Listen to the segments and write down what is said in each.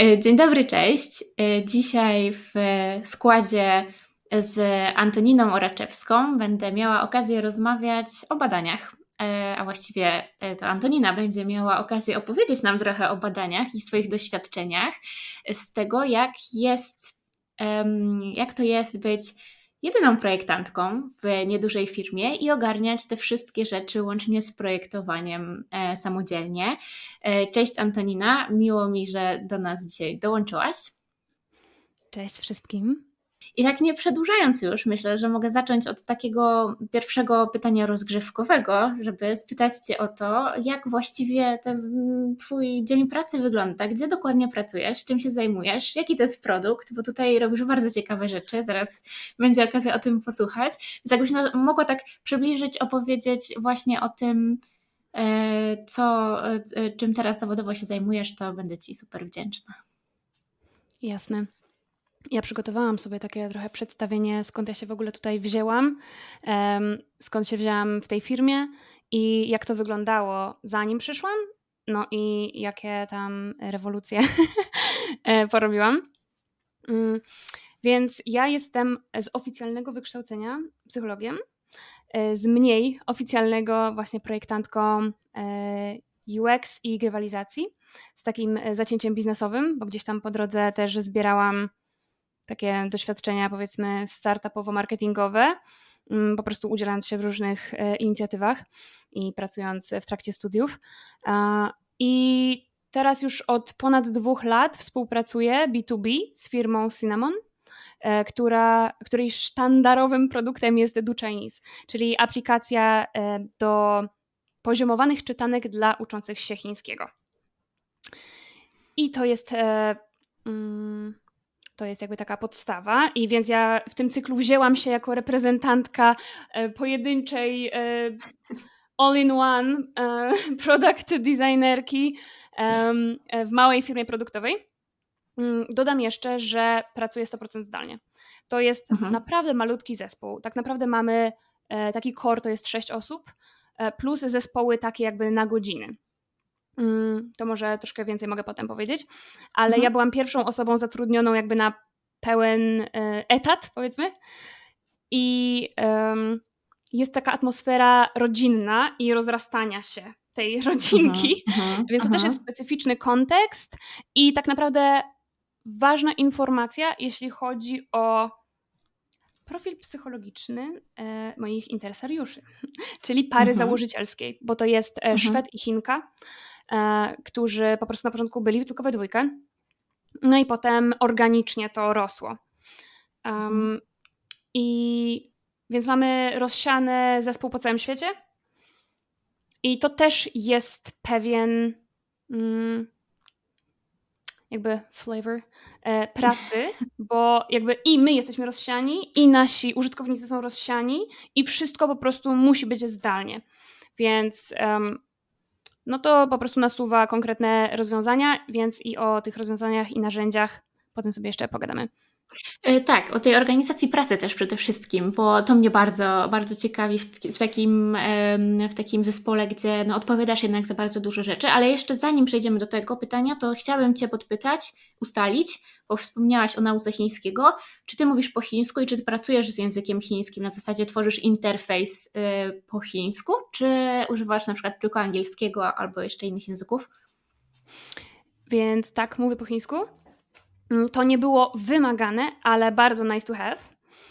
Dzień dobry, cześć. Dzisiaj w składzie z Antoniną Oraczewską będę miała okazję rozmawiać o badaniach, a właściwie to Antonina będzie miała okazję opowiedzieć nam trochę o badaniach i swoich doświadczeniach z tego, jak to jest być jedyną projektantką w niedużej firmie i ogarniać te wszystkie rzeczy łącznie z projektowaniem samodzielnie. Cześć Antonina, miło mi, że do nas dzisiaj dołączyłaś. Cześć wszystkim. I tak nie przedłużając już, myślę, że mogę zacząć od takiego pierwszego pytania rozgrzewkowego, żeby spytać Cię o to, jak właściwie ten Twój dzień pracy wygląda, gdzie dokładnie pracujesz, czym się zajmujesz, jaki to jest produkt, bo tutaj robisz bardzo ciekawe rzeczy, zaraz będzie okazja o tym posłuchać. Więc jakbyś mogła tak przybliżyć, opowiedzieć właśnie o tym, czym teraz zawodowo się zajmujesz, to będę Ci super wdzięczna. Jasne. Ja przygotowałam sobie takie trochę przedstawienie, skąd ja się w ogóle tutaj wzięłam, skąd się wzięłam w tej firmie i jak to wyglądało zanim przyszłam, no i jakie tam rewolucje porobiłam. Więc ja jestem z oficjalnego wykształcenia psychologiem, z mniej oficjalnego właśnie projektantką UX i grywalizacji, z takim zacięciem biznesowym, bo gdzieś tam po drodze też zbierałam takie doświadczenia, powiedzmy, startupowo-marketingowe, po prostu udzielając się w różnych inicjatywach i pracując w trakcie studiów. I teraz już od ponad 2 lat współpracuję B2B z firmą Cinnamon, której sztandarowym produktem jest Do Chinese, czyli aplikacja do poziomowanych czytanek dla uczących się chińskiego. I to jest jakby taka podstawa i więc ja w tym cyklu wzięłam się jako reprezentantka pojedynczej all-in-one product designerki w małej firmie produktowej. Dodam jeszcze, że pracuję 100% zdalnie. To jest naprawdę malutki zespół. Tak naprawdę mamy taki core, to jest 6 osób, plus zespoły takie jakby na godziny. To może troszkę więcej mogę potem powiedzieć, ale ja byłam pierwszą osobą zatrudnioną jakby na pełen etat, powiedzmy. I jest taka atmosfera rodzinna i rozrastania się tej rodzinki, więc to też jest specyficzny kontekst i tak naprawdę ważna informacja, jeśli chodzi o profil psychologiczny moich interesariuszy, czyli pary założycielskiej, bo to jest Szwed i Chinka, którzy po prostu na początku byli tylko we dwójkę, no i potem organicznie to rosło. I więc mamy rozsiany zespół po całym świecie i to też jest pewien jakby flavor pracy, bo jakby i my jesteśmy rozsiani, i nasi użytkownicy są rozsiani i wszystko po prostu musi być zdalnie. Więc no to po prostu nasuwa konkretne rozwiązania, więc i o tych rozwiązaniach i narzędziach potem sobie jeszcze pogadamy. Tak, o tej organizacji pracy też przede wszystkim, bo to mnie bardzo, bardzo ciekawi w takim zespole, gdzie no, odpowiadasz jednak za bardzo dużo rzeczy, ale jeszcze zanim przejdziemy do tego pytania, to chciałabym Cię podpytać, ustalić, bo wspomniałaś o nauce chińskiego, czy Ty mówisz po chińsku i czy Ty pracujesz z językiem chińskim, na zasadzie tworzysz interfejs po chińsku, czy używasz na przykład tylko angielskiego albo jeszcze innych języków? Więc tak, mówię po chińsku. To nie było wymagane, ale bardzo nice to have.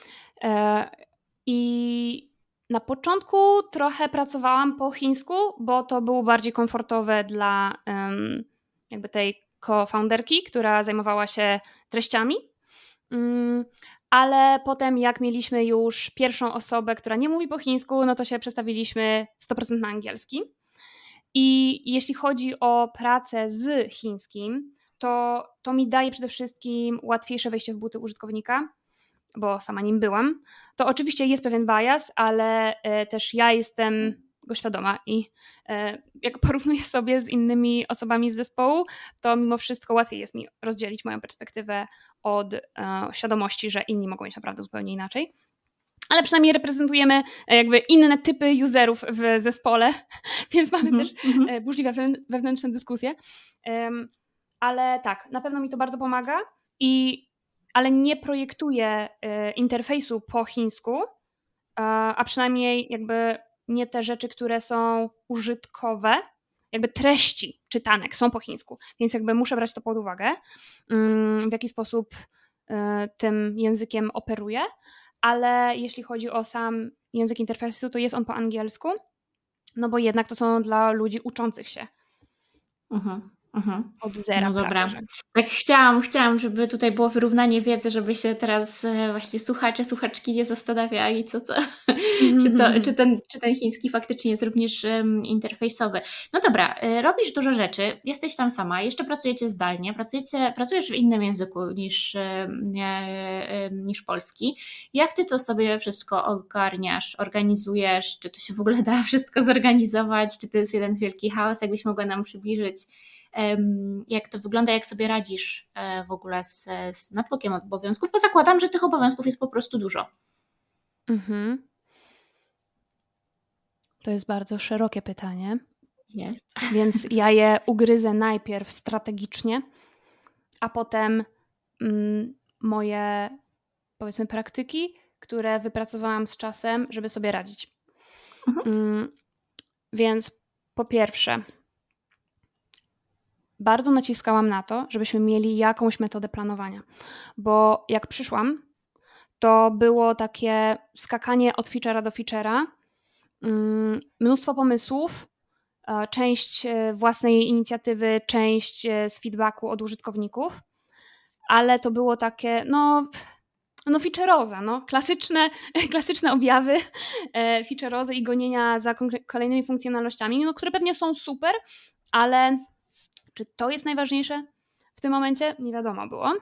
I na początku trochę pracowałam po chińsku, bo to było bardziej komfortowe dla jakby tej co-founderki, która zajmowała się treściami. Ale potem jak mieliśmy już pierwszą osobę, która nie mówi po chińsku, no to się przestawiliśmy 100% na angielski. I jeśli chodzi o pracę z chińskim, to mi daje przede wszystkim łatwiejsze wejście w buty użytkownika, bo sama nim byłam. To oczywiście jest pewien bias, ale też ja jestem go świadoma i jak porównuję sobie z innymi osobami z zespołu, to mimo wszystko łatwiej jest mi rozdzielić moją perspektywę od świadomości, że inni mogą mieć naprawdę zupełnie inaczej. Ale przynajmniej reprezentujemy jakby inne typy userów w zespole, więc mamy też burzliwe wewnętrzne dyskusje. ale tak, na pewno mi to bardzo pomaga, ale nie projektuję interfejsu po chińsku, a przynajmniej jakby nie te rzeczy, które są użytkowe, jakby treści czytanek są po chińsku, więc jakby muszę brać to pod uwagę, w jaki sposób tym językiem operuję, ale jeśli chodzi o sam język interfejsu, to jest on po angielsku, no bo jednak to są dla ludzi uczących się od zera No prawie, dobra. że. Tak chciałam, żeby tutaj było wyrównanie wiedzy, żeby się teraz właśnie słuchacze, słuchaczki nie zastanawiali, czy ten chiński faktycznie jest również interfejsowy. No dobra, robisz dużo rzeczy, jesteś tam sama, jeszcze pracujecie zdalnie, pracujesz w innym języku niż polski. Jak ty to sobie wszystko ogarniasz, organizujesz? Czy to się w ogóle da wszystko zorganizować? Czy to jest jeden wielki chaos? Jakbyś mogła nam przybliżyć, jak to wygląda, jak sobie radzisz w ogóle z natłokiem obowiązków, bo zakładam, że tych obowiązków jest po prostu dużo. To jest bardzo szerokie pytanie. Jest. Więc ja je ugryzę najpierw strategicznie, a potem moje, powiedzmy, praktyki, które wypracowałam z czasem, żeby sobie radzić. Więc po pierwsze, bardzo naciskałam na to, żebyśmy mieli jakąś metodę planowania, bo jak przyszłam, to było takie skakanie od feature'a do feature'a, mnóstwo pomysłów, część własnej inicjatywy, część z feedbacku od użytkowników, ale to było takie, feature'oza, klasyczne objawy feature'ozy i gonienia za kolejnymi funkcjonalnościami, które pewnie są super, ale czy to jest najważniejsze w tym momencie? Nie wiadomo było.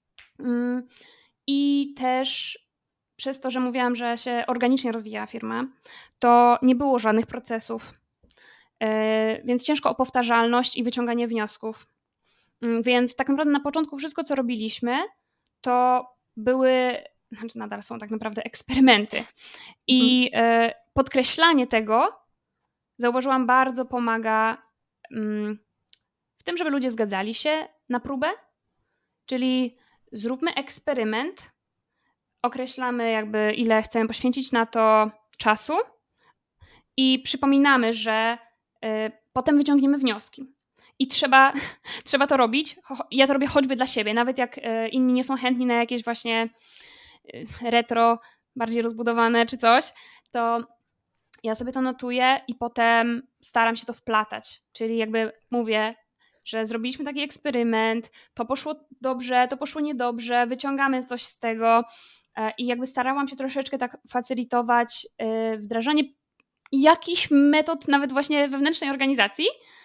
I też przez to, że mówiłam, że się organicznie rozwijała firma, to nie było żadnych procesów, więc ciężko o powtarzalność i wyciąganie wniosków. Więc tak naprawdę na początku wszystko, co robiliśmy, to nadal są tak naprawdę eksperymenty. I podkreślanie tego, zauważyłam, bardzo pomaga w tym, żeby ludzie zgadzali się na próbę, czyli zróbmy eksperyment, określamy jakby ile chcemy poświęcić na to czasu i przypominamy, że potem wyciągniemy wnioski. I trzeba to robić. Ja to robię choćby dla siebie, nawet jak inni nie są chętni na jakieś właśnie retro, bardziej rozbudowane czy coś, to ja sobie to notuję i potem staram się to wplatać. Czyli jakby mówię, że zrobiliśmy taki eksperyment, to poszło dobrze, to poszło niedobrze, wyciągamy coś z tego i jakby starałam się troszeczkę tak facylitować wdrażanie jakichś metod nawet właśnie wewnętrznej organizacji,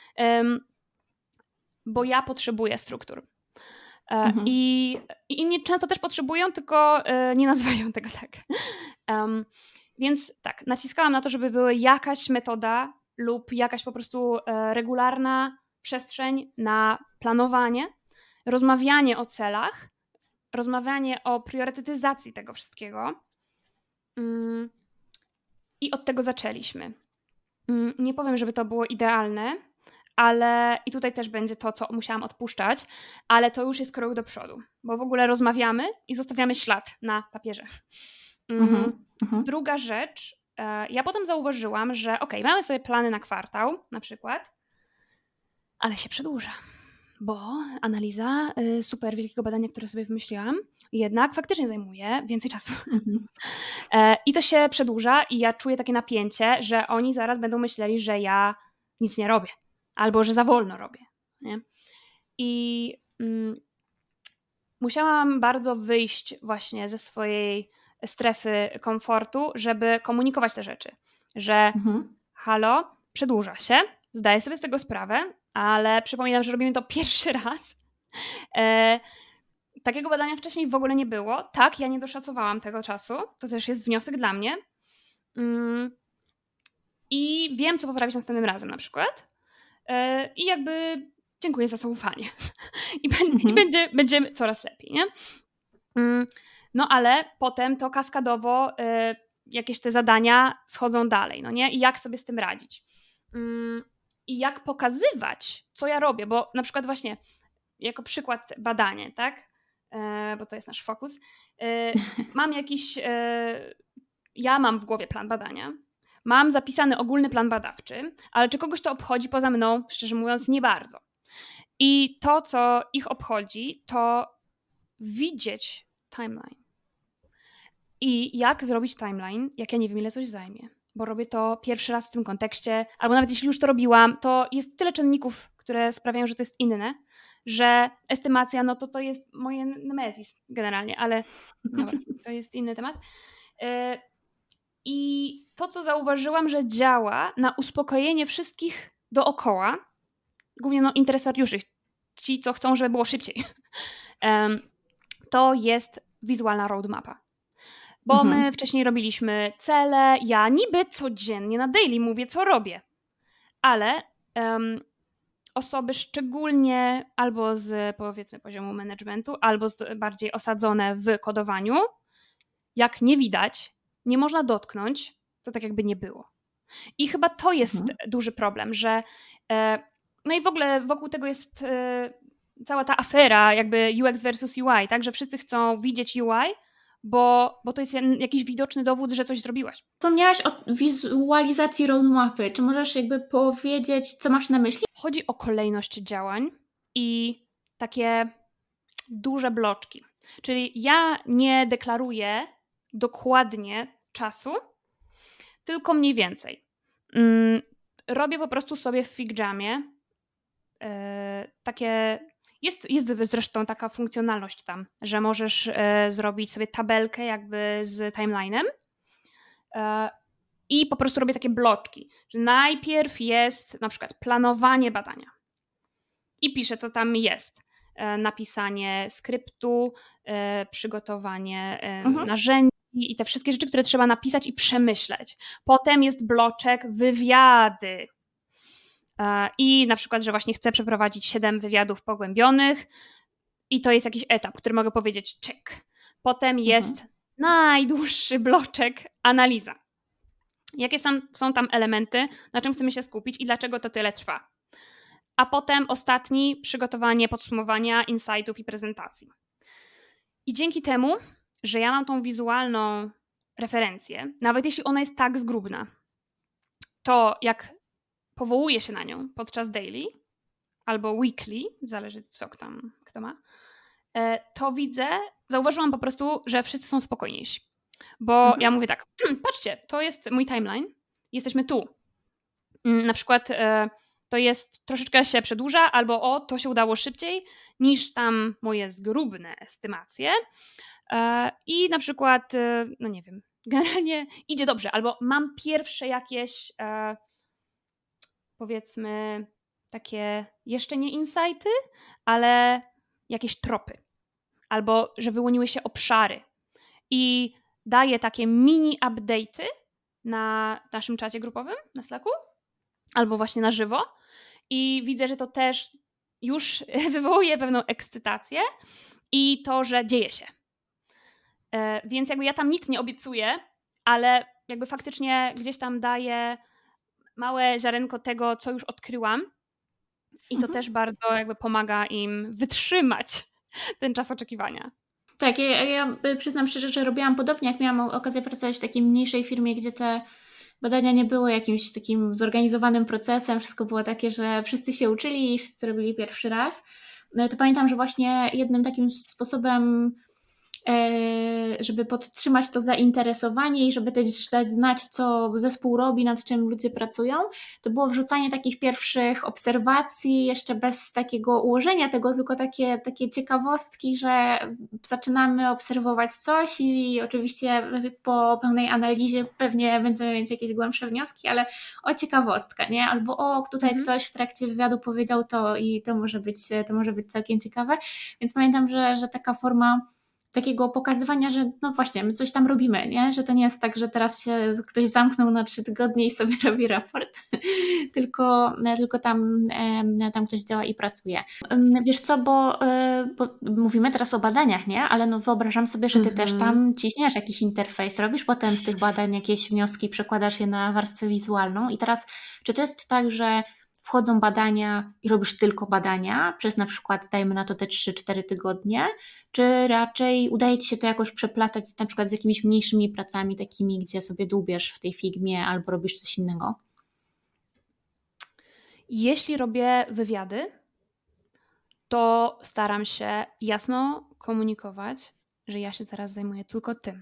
bo ja potrzebuję struktur. I inni często też potrzebują, tylko nie nazywają tego tak. Więc tak, naciskałam na to, żeby była jakaś metoda lub jakaś po prostu regularna przestrzeń na planowanie, rozmawianie o celach, rozmawianie o priorytetyzacji tego wszystkiego. I od tego zaczęliśmy. Nie powiem, żeby to było idealne, ale i tutaj też będzie to, co musiałam odpuszczać, ale to już jest krok do przodu, bo w ogóle rozmawiamy i zostawiamy ślad na papierze. Druga rzecz, ja potem zauważyłam, że mamy sobie plany na kwartał na przykład, ale się przedłuża, bo analiza super wielkiego badania, które sobie wymyśliłam, jednak faktycznie zajmuje więcej czasu. I to się przedłuża i ja czuję takie napięcie, że oni zaraz będą myśleli, że ja nic nie robię albo że za wolno robię. Nie? I musiałam bardzo wyjść właśnie ze swojej strefy komfortu, żeby komunikować te rzeczy, że halo, przedłuża się, zdaję sobie z tego sprawę, ale przypominam, że robimy to pierwszy raz. Takiego badania wcześniej w ogóle nie było. Tak, ja nie doszacowałam tego czasu. To też jest wniosek dla mnie. I wiem, co poprawić następnym razem na przykład. I jakby dziękuję za zaufanie. I będzie coraz lepiej, nie? No ale potem to kaskadowo jakieś te zadania schodzą dalej, no nie? I jak sobie z tym radzić? I jak pokazywać, co ja robię, bo na przykład właśnie jako przykład badanie, tak? Bo to jest nasz fokus. Mam jakiś, ja mam w głowie plan badania, mam zapisany ogólny plan badawczy, ale czy kogoś to obchodzi poza mną? Szczerze mówiąc, nie bardzo. I to, co ich obchodzi, to widzieć timeline. I jak zrobić timeline, jak ja nie wiem, ile coś zajmie. Bo robię to pierwszy raz w tym kontekście, albo nawet jeśli już to robiłam, to jest tyle czynników, które sprawiają, że to jest inne, że estymacja, no to jest moje nemezis generalnie, ale dobra, to jest inny temat. I to, co zauważyłam, że działa na uspokojenie wszystkich dookoła, głównie interesariuszy, ci, co chcą, żeby było szybciej, to jest wizualna roadmapa. Bo my wcześniej robiliśmy cele, ja niby codziennie na daily mówię, co robię, ale osoby szczególnie albo z, powiedzmy, poziomu managementu, albo bardziej osadzone w kodowaniu, jak nie widać, nie można dotknąć, to tak jakby nie było. I chyba to jest duży problem, że no i w ogóle wokół tego jest cała ta afera jakby UX versus UI, tak, że wszyscy chcą widzieć UI, bo to jest jakiś widoczny dowód, że coś zrobiłaś. Wspomniałaś o wizualizacji roadmapy. Czy możesz jakby powiedzieć, co masz na myśli? Chodzi o kolejność działań i takie duże bloczki. Czyli ja nie deklaruję dokładnie czasu, tylko mniej więcej. Robię po prostu sobie w FigJamie takie... Jest zresztą taka funkcjonalność tam, że możesz zrobić sobie tabelkę jakby z timeline'em i po prostu robię takie bloczki, że najpierw jest na przykład planowanie badania i piszę, co tam jest. Napisanie skryptu, przygotowanie narzędzi i te wszystkie rzeczy, które trzeba napisać i przemyśleć. Potem jest bloczek wywiady. I na przykład, że właśnie chcę przeprowadzić 7 wywiadów pogłębionych i to jest jakiś etap, który mogę powiedzieć check. Potem jest najdłuższy bloczek analiza. Jakie są tam elementy, na czym chcemy się skupić i dlaczego to tyle trwa. A potem ostatni, przygotowanie podsumowania, insightów i prezentacji. I dzięki temu, że ja mam tą wizualną referencję, nawet jeśli ona jest tak zgrubna, to jak powołuję się na nią podczas daily albo weekly, zależy co tam kto ma, to zauważyłam po prostu, że wszyscy są spokojniejsi. Bo ja mówię tak, patrzcie, to jest mój timeline, jesteśmy tu. Na przykład to jest troszeczkę się przedłuża, albo to się udało szybciej niż tam moje zgrubne estymacje. I na przykład, no nie wiem, generalnie idzie dobrze, albo mam pierwsze jakieś powiedzmy takie jeszcze nie insighty, ale jakieś tropy. Albo że wyłoniły się obszary. I daję takie mini update'y na naszym czacie grupowym, na Slacku, albo właśnie na żywo. I widzę, że to też już wywołuje pewną ekscytację i to, że dzieje się. Więc jakby ja tam nic nie obiecuję, ale jakby faktycznie gdzieś tam daję małe ziarenko tego, co już odkryłam i to też bardzo jakby pomaga im wytrzymać ten czas oczekiwania. Tak, ja przyznam szczerze, że robiłam podobnie, jak miałam okazję pracować w takiej mniejszej firmie, gdzie te badania nie były jakimś takim zorganizowanym procesem, wszystko było takie, że wszyscy się uczyli i wszyscy robili pierwszy raz. No to pamiętam, że właśnie jednym takim sposobem, żeby podtrzymać to zainteresowanie i żeby też dać znać, co zespół robi, nad czym ludzie pracują, to było wrzucanie takich pierwszych obserwacji, jeszcze bez takiego ułożenia tego, tylko takie ciekawostki, że zaczynamy obserwować coś i oczywiście po pełnej analizie pewnie będziemy mieć jakieś głębsze wnioski, ale ciekawostka, nie? Albo tutaj ktoś w trakcie wywiadu powiedział to i to może być całkiem ciekawe, więc pamiętam, że taka forma takiego pokazywania, że no właśnie, my coś tam robimy, nie? Że to nie jest tak, że teraz się ktoś zamknął na 3 tygodnie i sobie robi raport, tylko tam ktoś działa i pracuje. Wiesz co, bo mówimy teraz o badaniach, nie? Ale no wyobrażam sobie, że ty też tam ciśniesz jakiś interfejs, robisz potem z tych badań jakieś wnioski, przekładasz je na warstwę wizualną i teraz, czy to jest tak, że wchodzą badania i robisz tylko badania przez na przykład, dajmy na to te 3-4 tygodnie, czy raczej udaje Ci się to jakoś przeplatać na przykład z jakimiś mniejszymi pracami, takimi, gdzie sobie dłubiesz w tej Figmie albo robisz coś innego? Jeśli robię wywiady, to staram się jasno komunikować, że ja się teraz zajmuję tylko tym.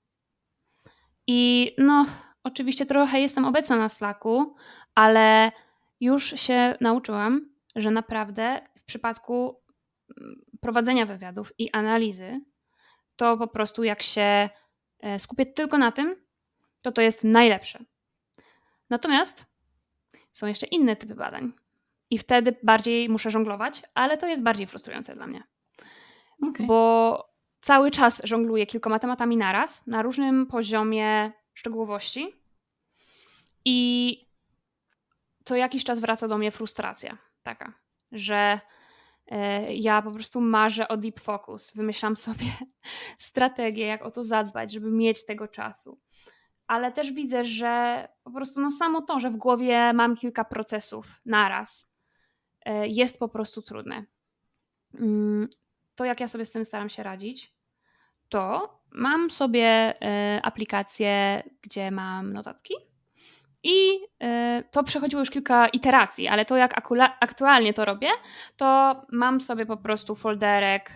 I no, oczywiście trochę jestem obecna na Slacku, ale już się nauczyłam, że naprawdę w przypadku prowadzenia wywiadów i analizy, to po prostu jak się skupię tylko na tym, to jest najlepsze. Natomiast są jeszcze inne typy badań i wtedy bardziej muszę żonglować, ale to jest bardziej frustrujące dla mnie. Okay. Bo cały czas żongluję kilkoma tematami naraz, na różnym poziomie szczegółowości i co jakiś czas wraca do mnie frustracja taka, że ja po prostu marzę o deep focus, wymyślam sobie strategię, jak o to zadbać, żeby mieć tego czasu. Ale też widzę, że po prostu no samo to, że w głowie mam kilka procesów naraz, jest po prostu trudne. To jak ja sobie z tym staram się radzić, to mam sobie aplikację, gdzie mam notatki i to przechodziło już kilka iteracji, ale to jak aktualnie to robię, to mam sobie po prostu folderek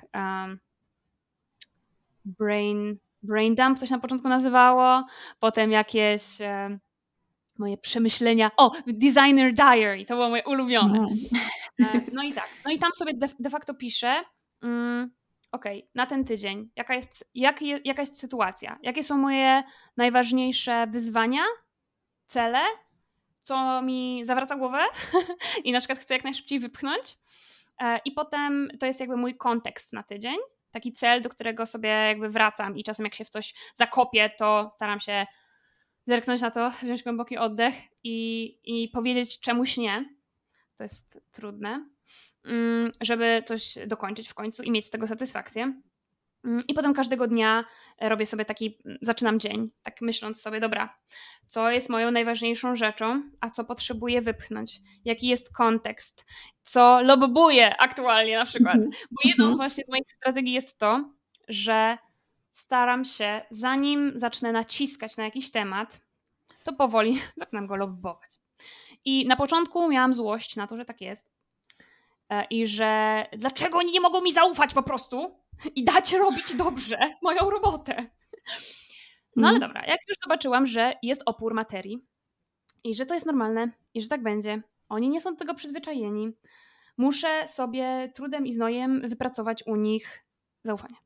brain dump, to się na początku nazywało, potem jakieś moje przemyślenia, designer diary, to było moje ulubione. No i tak, no i tam sobie de facto piszę, okej, na ten tydzień, jaka jest sytuacja, jakie są moje najważniejsze wyzwania, cele, co mi zawraca głowę i na przykład chcę jak najszybciej wypchnąć i potem to jest jakby mój kontekst na tydzień, taki cel, do którego sobie jakby wracam i czasem jak się w coś zakopię, to staram się zerknąć na to, wziąć głęboki oddech i powiedzieć czemuś nie. To jest trudne, żeby coś dokończyć w końcu i mieć z tego satysfakcję. I potem każdego dnia robię sobie zaczynam dzień, tak myśląc sobie, dobra, co jest moją najważniejszą rzeczą, a co potrzebuję wypchnąć, jaki jest kontekst, co lobbuję aktualnie na przykład. Bo jedną właśnie z moich strategii jest to, że staram się, zanim zacznę naciskać na jakiś temat, to powoli zaczynam go lobbować. I na początku miałam złość na to, że tak jest i że dlaczego oni nie mogą mi zaufać po prostu i dać robić dobrze moją robotę. No ale dobra, jak już zobaczyłam, że jest opór materii i że to jest normalne i że tak będzie, oni nie są do tego przyzwyczajeni, muszę sobie trudem i znojem wypracować u nich zaufanie.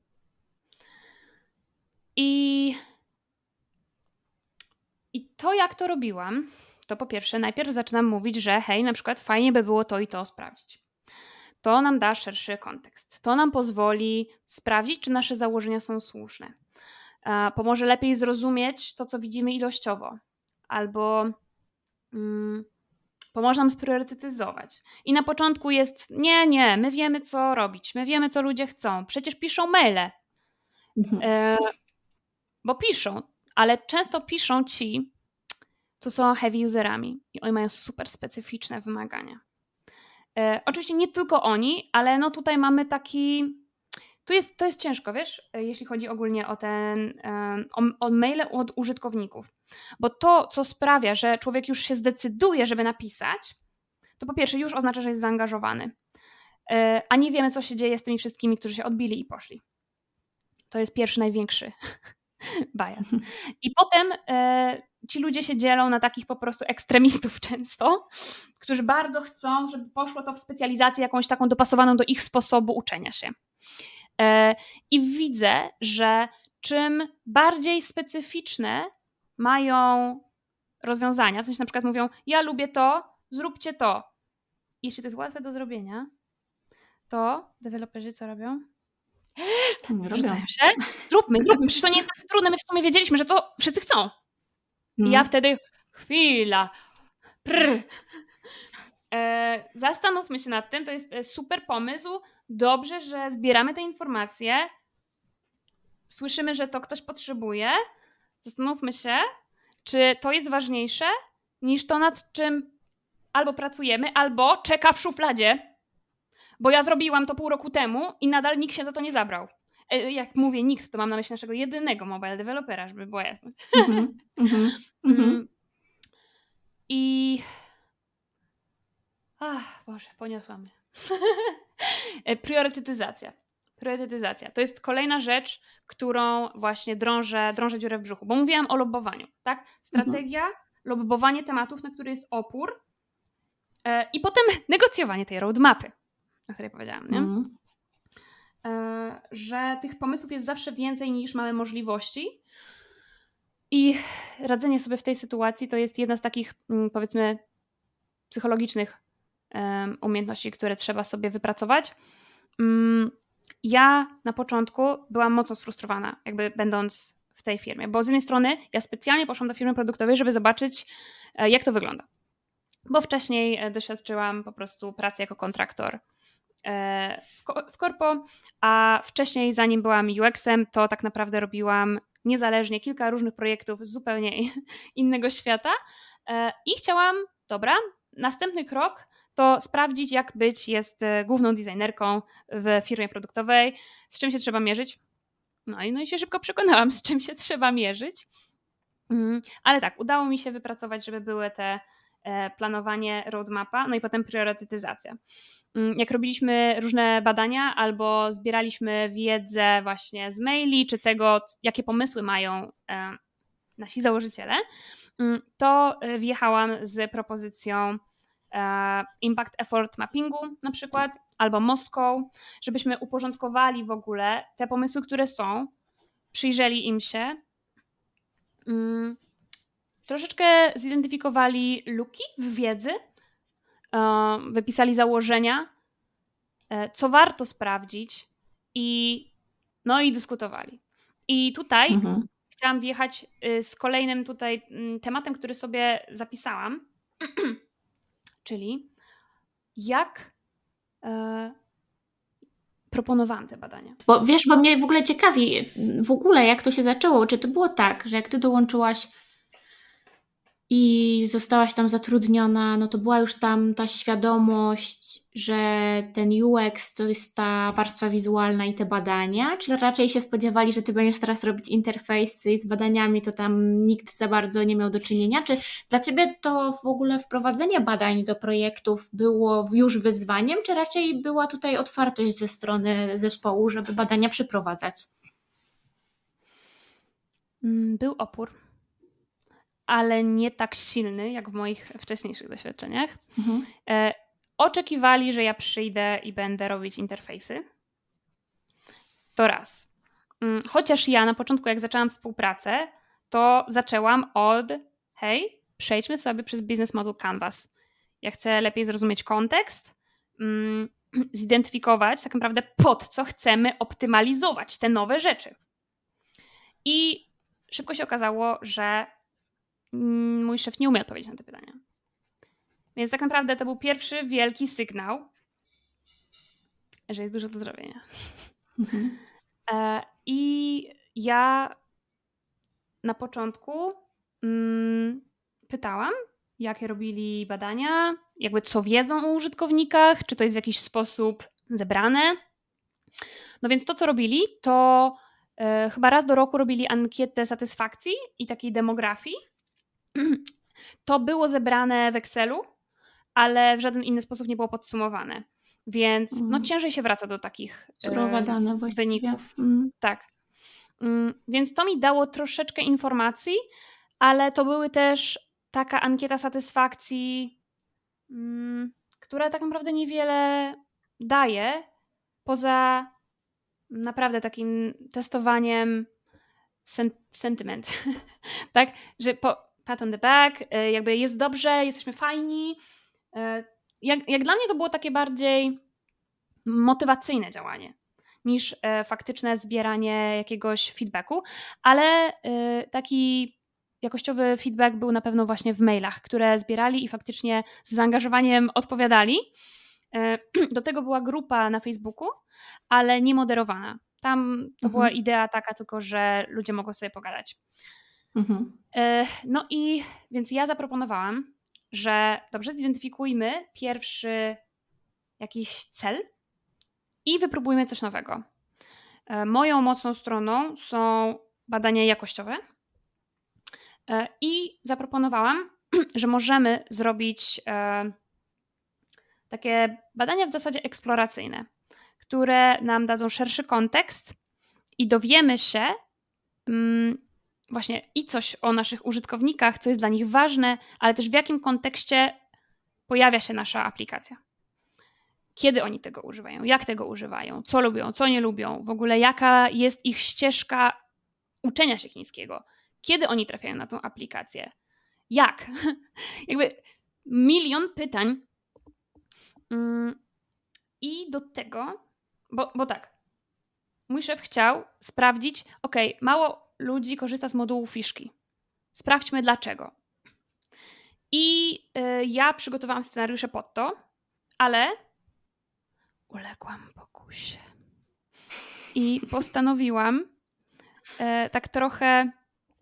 I to jak to robiłam, to po pierwsze najpierw zaczynam mówić, że hej, na przykład fajnie by było to i to sprawdzić. To nam da szerszy kontekst. To nam pozwoli sprawdzić, czy nasze założenia są słuszne. Pomoże lepiej zrozumieć to, co widzimy ilościowo. Albo pomoże nam spriorytetyzować. I na początku jest nie, my wiemy, co robić. My wiemy, co ludzie chcą. Przecież piszą maile. Bo piszą, ale często piszą ci, co są heavy userami. I oni mają super specyficzne wymagania. Oczywiście nie tylko oni, ale no tutaj mamy taki... To jest ciężko, wiesz, jeśli chodzi ogólnie o maile od użytkowników. Bo to, co sprawia, że człowiek już się zdecyduje, żeby napisać, to po pierwsze już oznacza, że jest zaangażowany. A nie wiemy, co się dzieje z tymi wszystkimi, którzy się odbili i poszli. To jest pierwszy, największy bias. I potem ci ludzie się dzielą na takich po prostu ekstremistów często, którzy bardzo chcą, żeby poszło to w specjalizację jakąś taką dopasowaną do ich sposobu uczenia się. I widzę, że czym bardziej specyficzne mają rozwiązania, w sensie na przykład mówią, ja lubię to, zróbcie to. Jeśli to jest łatwe do zrobienia, to deweloperzy co robią? Rzucają się, zróbmy, przecież to nie jest tak trudne, my w sumie wiedzieliśmy, że to wszyscy chcą. I ja wtedy, chwila, zastanówmy się nad tym, to jest super pomysł, dobrze, że zbieramy te informacje, słyszymy, że to ktoś potrzebuje, zastanówmy się, czy to jest ważniejsze niż to, nad czym albo pracujemy, albo czeka w szufladzie, bo ja zrobiłam to pół roku temu i nadal nikt się za to nie zabrał. Jak mówię nikt, to mam na myśli naszego jedynego mobile dewelopera, żeby była jasność. I... Boże, poniosła mnie. Priorytetyzacja. To jest kolejna rzecz, którą właśnie drążę dziurę w brzuchu, bo mówiłam o lobbowaniu, tak? Strategia, lobbowanie tematów, na które jest opór i potem negocjowanie tej roadmapy, o której powiedziałam, nie? Że tych pomysłów jest zawsze więcej niż mamy możliwości i radzenie sobie w tej sytuacji to jest jedna z takich, powiedzmy, psychologicznych umiejętności, które trzeba sobie wypracować. Ja na początku byłam mocno sfrustrowana, jakby będąc w tej firmie, bo z jednej strony ja specjalnie poszłam do firmy produktowej, żeby zobaczyć, jak to wygląda, bo wcześniej doświadczyłam po prostu pracy jako kontraktor w korpo, a wcześniej, zanim byłam UX-em, to tak naprawdę robiłam niezależnie kilka różnych projektów z zupełnie innego świata i chciałam, dobra, następny krok to sprawdzić, jak jest główną designerką w firmie produktowej, z czym się trzeba mierzyć. No i się szybko przekonałam, z czym się trzeba mierzyć. Ale tak, udało mi się wypracować, żeby były te planowanie roadmapa, no i potem priorytetyzacja. Jak robiliśmy różne badania albo zbieraliśmy wiedzę właśnie z maili, czy tego, jakie pomysły mają nasi założyciele, to wjechałam z propozycją impact effort mappingu na przykład, albo Moscow, żebyśmy uporządkowali w ogóle te pomysły, które są, przyjrzeli im się, troszeczkę zidentyfikowali luki w wiedzy, wypisali założenia, co warto sprawdzić i dyskutowali. I tutaj chciałam wjechać z kolejnym tutaj tematem, który sobie zapisałam, czyli jak proponowałam te badania. Bo wiesz, bo mnie w ogóle ciekawi, jak to się zaczęło. Czy to było tak, że jak ty dołączyłaś i zostałaś tam zatrudniona, no to była już tam ta świadomość, że ten UX to jest ta warstwa wizualna i te badania? Czy raczej się spodziewali, że ty będziesz teraz robić interfejsy i z badaniami to tam nikt za bardzo nie miał do czynienia? Czy dla ciebie to w ogóle wprowadzenie badań do projektów było już wyzwaniem, czy raczej była tutaj otwartość ze strony zespołu, żeby badania przeprowadzać? Był opór, ale nie tak silny jak w moich wcześniejszych doświadczeniach. Oczekiwali, że ja przyjdę i będę robić interfejsy. To raz. Chociaż ja na początku, jak zaczęłam współpracę, to zaczęłam od hej, przejdźmy sobie przez Business Model Canvas. Ja chcę lepiej zrozumieć kontekst, zidentyfikować tak naprawdę pod co chcemy optymalizować te nowe rzeczy. I szybko się okazało, że mój szef nie umie odpowiedzieć na te pytania. Więc tak naprawdę to był pierwszy wielki sygnał, że jest dużo do zrobienia. I ja na początku pytałam, jakie robili badania, jakby co wiedzą o użytkownikach, czy to jest w jakiś sposób zebrane. No więc to, co robili, to chyba raz do roku robili ankietę satysfakcji i takiej demografii. To było zebrane w Excelu, ale w żaden inny sposób nie było podsumowane. Więc ciężej się wraca do takich surowe dane wyników. Tak. Więc to mi dało troszeczkę informacji, ale to były też taka ankieta satysfakcji, która tak naprawdę niewiele daje, poza naprawdę takim testowaniem sentiment. Tak, że pat on the back, jakby jest dobrze, jesteśmy fajni. Jak dla mnie to było takie bardziej motywacyjne działanie niż faktyczne zbieranie jakiegoś feedbacku, ale taki jakościowy feedback był na pewno właśnie w mailach, które zbierali i faktycznie z zaangażowaniem odpowiadali. Do tego była grupa na Facebooku, ale nie moderowana. Tam to była idea taka tylko, że ludzie mogą sobie pogadać. No i więc ja zaproponowałam, że dobrze, zidentyfikujmy pierwszy jakiś cel i wypróbujmy coś nowego. Moją mocną stroną są badania jakościowe i zaproponowałam, że możemy zrobić takie badania w zasadzie eksploracyjne, które nam dadzą szerszy kontekst i dowiemy się właśnie i coś o naszych użytkownikach, co jest dla nich ważne, ale też w jakim kontekście pojawia się nasza aplikacja. Kiedy oni tego używają, jak tego używają, co lubią, co nie lubią, w ogóle jaka jest ich ścieżka uczenia się chińskiego, kiedy oni trafiają na tą aplikację, jak. Jakby milion pytań. I do tego, bo tak, mój szef chciał sprawdzić, mało ludzi korzysta z modułu Fiszki. Sprawdźmy dlaczego. I ja przygotowałam scenariusze pod to, ale uległam pokusie. I postanowiłam tak trochę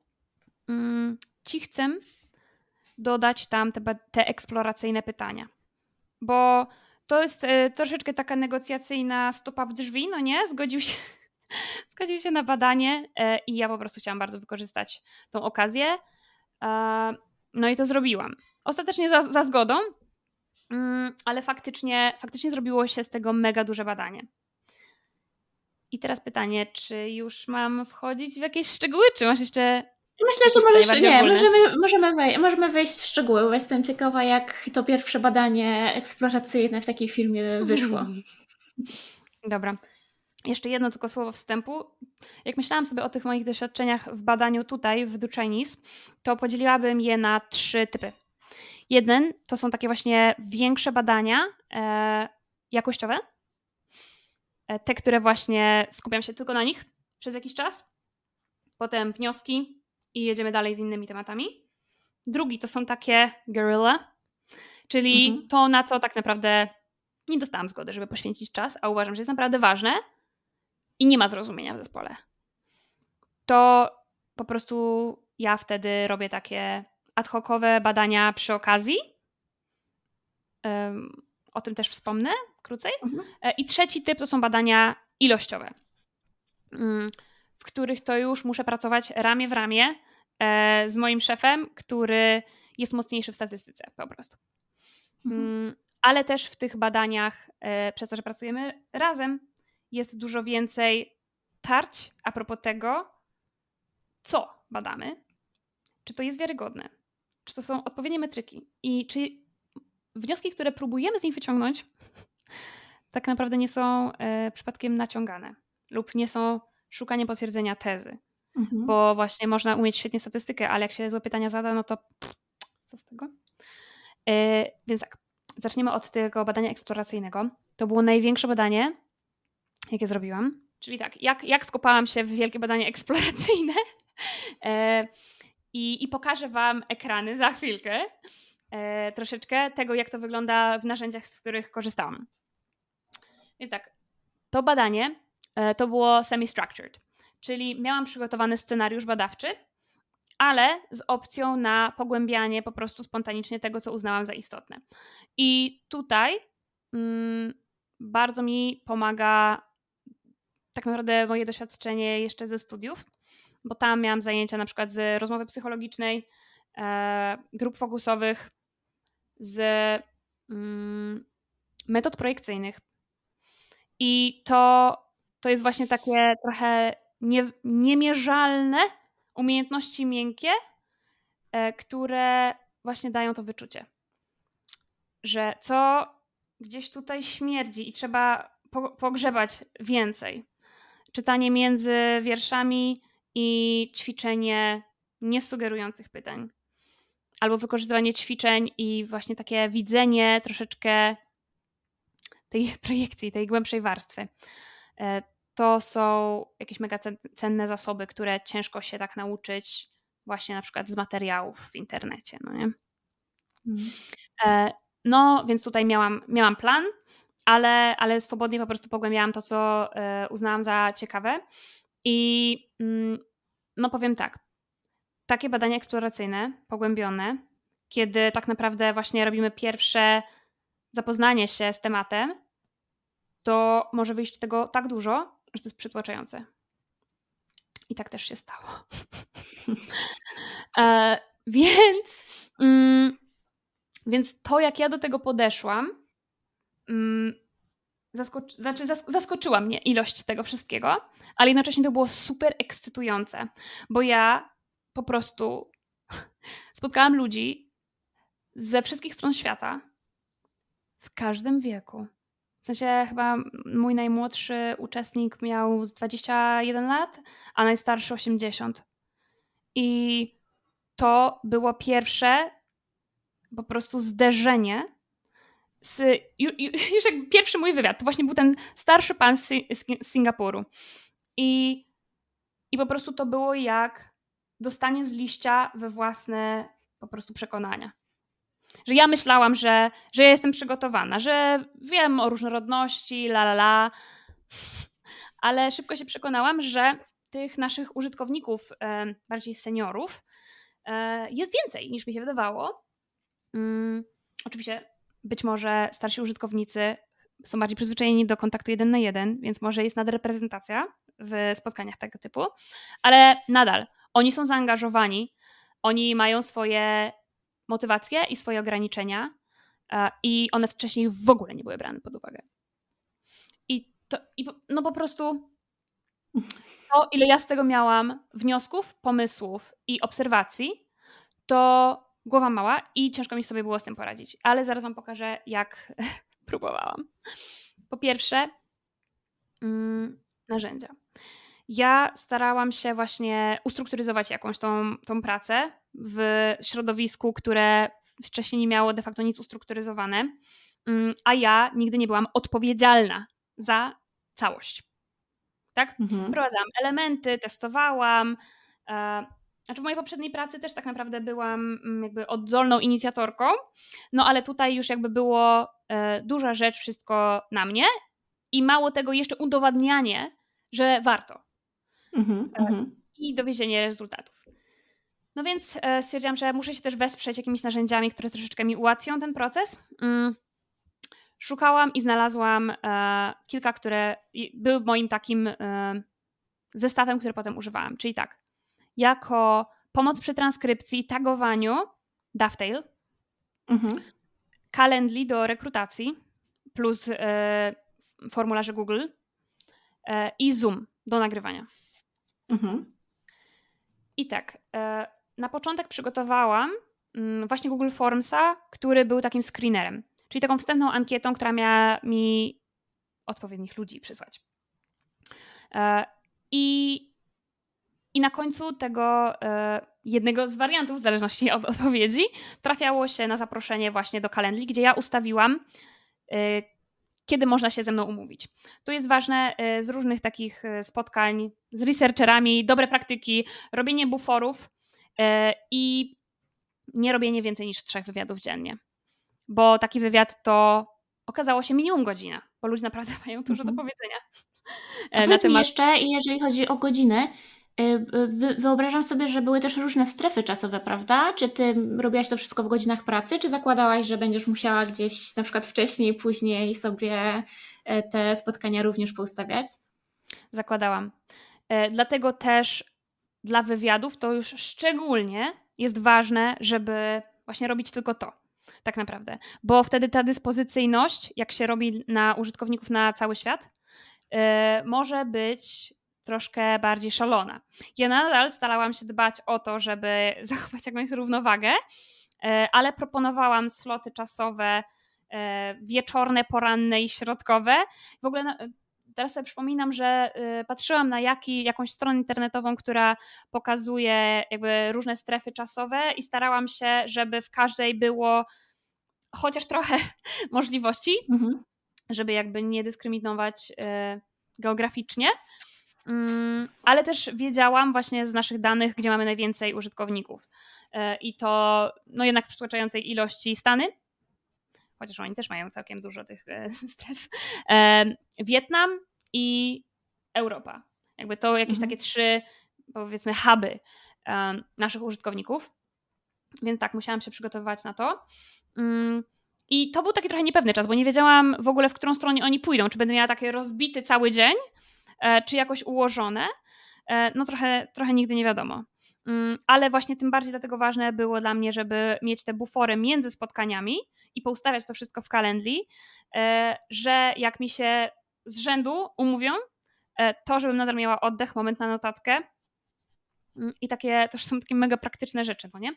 cichcem dodać tam te eksploracyjne pytania. Bo to jest troszeczkę taka negocjacyjna stopa w drzwi, no nie? Zgodził się na badanie i ja po prostu chciałam bardzo wykorzystać tą okazję. No i to zrobiłam. Ostatecznie za zgodą, ale faktycznie zrobiło się z tego mega duże badanie. I teraz pytanie, czy już mam wchodzić w jakieś szczegóły, czy masz jeszcze... Myślę, że możemy wejść w szczegóły, bo jestem ciekawa, jak to pierwsze badanie eksploracyjne w takiej firmie wyszło. Dobra. Jeszcze jedno tylko słowo wstępu. Jak myślałam sobie o tych moich doświadczeniach w badaniu tutaj w Do Chinese, to podzieliłabym je na 3 typy. Jeden to są takie właśnie większe badania jakościowe, te, które właśnie skupiam się tylko na nich przez jakiś czas, potem wnioski i jedziemy dalej z innymi tematami. Drugi to są takie guerrilla, czyli to, na co tak naprawdę nie dostałam zgody, żeby poświęcić czas, a uważam, że jest naprawdę ważne i nie ma zrozumienia w zespole. To po prostu ja wtedy robię takie ad hocowe badania przy okazji. O tym też wspomnę krócej. I trzeci typ to są badania ilościowe, w których to już muszę pracować ramię w ramię z moim szefem, który jest mocniejszy w statystyce po prostu. Ale też w tych badaniach, przez to, że pracujemy razem, jest dużo więcej tarć a propos tego, co badamy, czy to jest wiarygodne, czy to są odpowiednie metryki i czy wnioski, które próbujemy z nich wyciągnąć, tak naprawdę nie są przypadkiem naciągane lub nie są szukaniem potwierdzenia tezy. Bo właśnie można umieć świetnie statystykę, ale jak się złe pytania zada, no to co z tego? Więc tak, zaczniemy od tego badania eksploracyjnego. To było największe badanie, jakie zrobiłam. Czyli tak, jak wkopałam się w wielkie badanie eksploracyjne i pokażę wam ekrany za chwilkę. Troszeczkę tego, jak to wygląda w narzędziach, z których korzystałam. Więc tak, to badanie to było semi-structured, czyli miałam przygotowany scenariusz badawczy, ale z opcją na pogłębianie po prostu spontanicznie tego, co uznałam za istotne. I tutaj bardzo mi pomaga tak naprawdę moje doświadczenie jeszcze ze studiów, bo tam miałam zajęcia na przykład z rozmowy psychologicznej, grup fokusowych, z metod projekcyjnych. I to jest właśnie takie trochę niemierzalne umiejętności miękkie, które właśnie dają to wyczucie, że co gdzieś tutaj śmierdzi i trzeba pogrzebać więcej. Czytanie między wierszami i ćwiczenie niesugerujących pytań. Albo wykorzystywanie ćwiczeń i właśnie takie widzenie troszeczkę tej projekcji, tej głębszej warstwy. To są jakieś mega cenne zasoby, które ciężko się tak nauczyć właśnie na przykład z materiałów w internecie, no nie? No, więc tutaj miałam plan, ale swobodnie po prostu pogłębiałam to, co uznałam za ciekawe. I no powiem tak, takie badania eksploracyjne, pogłębione, kiedy tak naprawdę właśnie robimy pierwsze zapoznanie się z tematem, to może wyjść z tego tak dużo, że to jest przytłaczające. I tak też się stało. Więc, więc to, jak ja do tego podeszłam, zaskoczyła mnie ilość tego wszystkiego, ale jednocześnie to było super ekscytujące, bo ja po prostu spotkałam ludzi ze wszystkich stron świata, w każdym wieku. W sensie chyba mój najmłodszy uczestnik miał z 21 lat, a najstarszy 80. I to było pierwsze po prostu zderzenie już jakby pierwszy mój wywiad, to właśnie był ten starszy pan z Singapuru. I po prostu to było jak dostanie z liścia we własne po prostu przekonania. Że ja myślałam, że ja jestem przygotowana, że wiem o różnorodności, ale szybko się przekonałam, że tych naszych użytkowników, bardziej seniorów, jest więcej niż mi się wydawało. Oczywiście być może starsi użytkownicy są bardziej przyzwyczajeni do kontaktu 1 na 1, więc może jest nadreprezentacja w spotkaniach tego typu, ale nadal oni są zaangażowani, oni mają swoje motywacje i swoje ograniczenia i one wcześniej w ogóle nie były brane pod uwagę. No po prostu to, ile ja z tego miałam wniosków, pomysłów i obserwacji, to głowa mała i ciężko mi sobie było z tym poradzić. Ale zaraz wam pokażę, jak próbowałam. Po pierwsze, narzędzia. Ja starałam się właśnie ustrukturyzować jakąś tą pracę w środowisku, które wcześniej nie miało de facto nic ustrukturyzowane, a ja nigdy nie byłam odpowiedzialna za całość. Tak? Wprowadzałam elementy, testowałam. Znaczy w mojej poprzedniej pracy też tak naprawdę byłam jakby oddolną inicjatorką, no ale tutaj już jakby było duża rzecz, wszystko na mnie i mało tego jeszcze udowadnianie, że warto. I dowiezienie rezultatów. No więc stwierdziłam, że muszę się też wesprzeć jakimiś narzędziami, które troszeczkę mi ułatwią ten proces. Szukałam i znalazłam kilka, które były moim takim zestawem, który potem używałam. Czyli tak, jako pomoc przy transkrypcji i tagowaniu Dovetail, Calendly do rekrutacji plus formularze Google i Zoom do nagrywania. I tak, na początek przygotowałam właśnie Google Formsa, który był takim screenerem, czyli taką wstępną ankietą, która miała mi odpowiednich ludzi przysłać. I na końcu tego jednego z wariantów, w zależności od odpowiedzi, trafiało się na zaproszenie właśnie do Calendly, gdzie ja ustawiłam, kiedy można się ze mną umówić. Tu jest ważne z różnych takich spotkań z researcherami, dobre praktyki, robienie buforów i nie robienie więcej niż 3 wywiadów dziennie. Bo taki wywiad to okazało się minimum godzina, bo ludzie naprawdę mają dużo do powiedzenia. A powiedz mi jeszcze, jeżeli chodzi o godziny, wyobrażam sobie, że były też różne strefy czasowe, prawda? Czy ty robiłaś to wszystko w godzinach pracy, czy zakładałaś, że będziesz musiała gdzieś na przykład wcześniej, później sobie te spotkania również poustawiać? Zakładałam. Dlatego też dla wywiadów to już szczególnie jest ważne, żeby właśnie robić tylko to. Tak naprawdę. Bo wtedy ta dyspozycyjność, jak się robi na użytkowników na cały świat, może być troszkę bardziej szalona. Ja nadal starałam się dbać o to, żeby zachować jakąś równowagę, ale proponowałam sloty czasowe wieczorne, poranne i środkowe. W ogóle teraz sobie przypominam, że patrzyłam na jakąś stronę internetową, która pokazuje jakby różne strefy czasowe i starałam się, żeby w każdej było chociaż trochę możliwości, żeby jakby nie dyskryminować geograficznie, ale też wiedziałam właśnie z naszych danych, gdzie mamy najwięcej użytkowników i to no jednak w przytłaczającej ilości Stany, chociaż oni też mają całkiem dużo tych stref, Wietnam i Europa. Jakby to jakieś takie 3, powiedzmy, huby naszych użytkowników. Więc tak, musiałam się przygotowywać na to. I to był taki trochę niepewny czas, bo nie wiedziałam w ogóle, w którą stronę oni pójdą. Czy będę miała takie rozbity cały dzień, czy jakoś ułożone. No trochę nigdy nie wiadomo. Ale właśnie tym bardziej dlatego ważne było dla mnie, żeby mieć te bufory między spotkaniami i poustawiać to wszystko w Calendly, że jak mi się z rzędu umówią, to żebym nadal miała oddech, moment na notatkę. I to już są takie mega praktyczne rzeczy, no nie?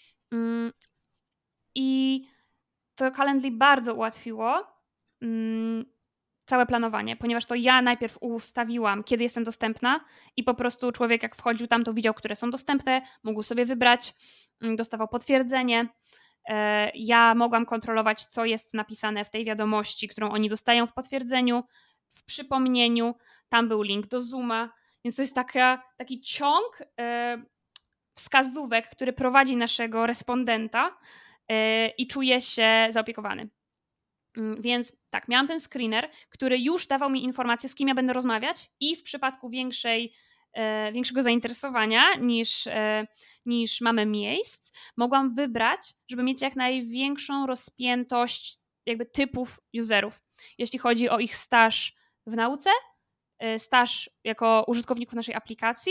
I to Calendly bardzo ułatwiło całe planowanie, ponieważ to ja najpierw ustawiłam, kiedy jestem dostępna i po prostu człowiek jak wchodził tam, to widział, które są dostępne, mógł sobie wybrać, dostawał potwierdzenie. Ja mogłam kontrolować, co jest napisane w tej wiadomości, którą oni dostają w potwierdzeniu, w przypomnieniu. Tam był link do Zooma, więc to jest taki ciąg wskazówek, który prowadzi naszego respondenta i czuje się zaopiekowany. Więc tak, miałam ten screener, który już dawał mi informację, z kim ja będę rozmawiać i w przypadku większego zainteresowania niż mamy miejsc, mogłam wybrać, żeby mieć jak największą rozpiętość jakby typów userów, jeśli chodzi o ich staż w nauce, staż jako użytkowników naszej aplikacji,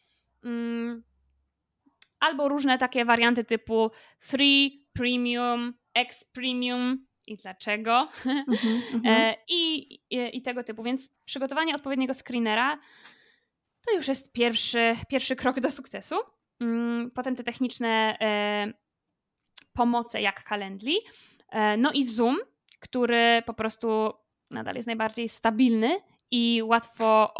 albo różne takie warianty typu free, premium, ex-premium i dlaczego i tego typu. Więc przygotowanie odpowiedniego screenera to już jest pierwszy krok do sukcesu. Potem te techniczne pomoce jak Calendly. No i Zoom, który po prostu nadal jest najbardziej stabilny i łatwo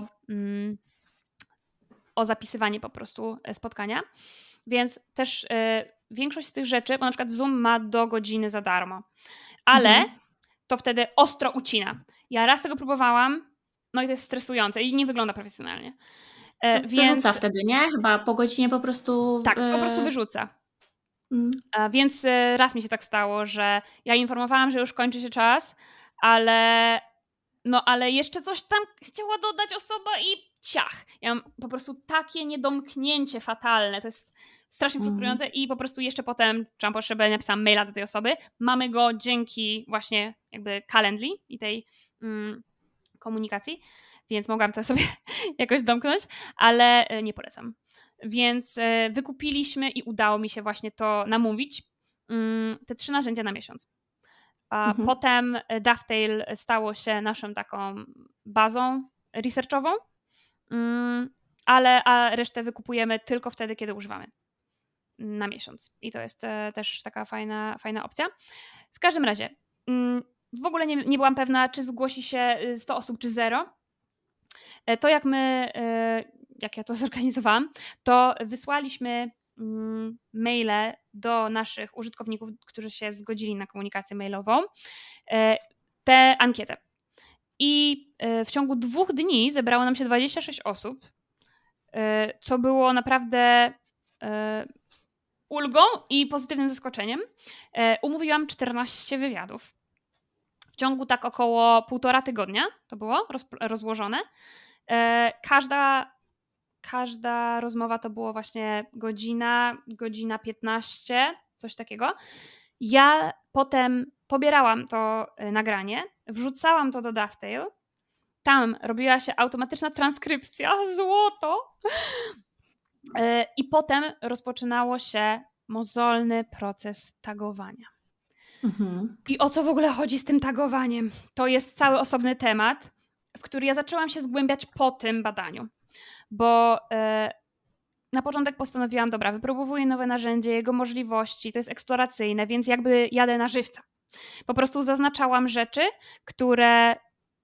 o zapisywanie po prostu spotkania. Więc też większość z tych rzeczy, bo na przykład Zoom ma do godziny za darmo, ale to wtedy ostro ucina. Ja raz tego próbowałam, no i to jest stresujące i nie wygląda profesjonalnie. Wyrzuca wtedy, nie? Chyba po godzinie po prostu... Tak, po prostu wyrzuca. Więc raz mi się tak stało, że ja informowałam, że już kończy się czas, ale jeszcze coś tam chciała dodać osoba i ciach. Ja mam po prostu takie niedomknięcie fatalne. To jest strasznie frustrujące i po prostu jeszcze potem czułam potrzebę, napisałam maila do tej osoby. Mamy go dzięki właśnie jakby Calendly i tej komunikacji, więc mogłam to sobie jakoś domknąć, ale nie polecam. Więc wykupiliśmy i udało mi się właśnie to namówić. Te 3 narzędzia na miesiąc. A potem Dovetail stało się naszą taką bazą researchową, a resztę wykupujemy tylko wtedy, kiedy używamy na miesiąc. I to jest też taka fajna opcja. W każdym razie, w ogóle nie byłam pewna, czy zgłosi się 100 osób, czy 0. To jak ja to zorganizowałam, to wysłaliśmy maile do naszych użytkowników, którzy się zgodzili na komunikację mailową, tę ankietę. I w ciągu 2 dni zebrało nam się 26 osób, co było naprawdę ulgą i pozytywnym zaskoczeniem. Umówiłam 14 wywiadów. W ciągu tak około 1,5 tygodnia to było rozłożone. Każda rozmowa to było właśnie godzina 15, coś takiego. Ja potem pobierałam to nagranie, wrzucałam to do Dovetail, tam robiła się automatyczna transkrypcja, złoto, i potem rozpoczynało się mozolny proces tagowania. I o co w ogóle chodzi z tym tagowaniem? To jest cały osobny temat, w który ja zaczęłam się zgłębiać po tym badaniu, bo na początek postanowiłam, dobra, wypróbuję nowe narzędzie, jego możliwości, to jest eksploracyjne, więc jakby jadę na żywca. Po prostu zaznaczałam rzeczy, które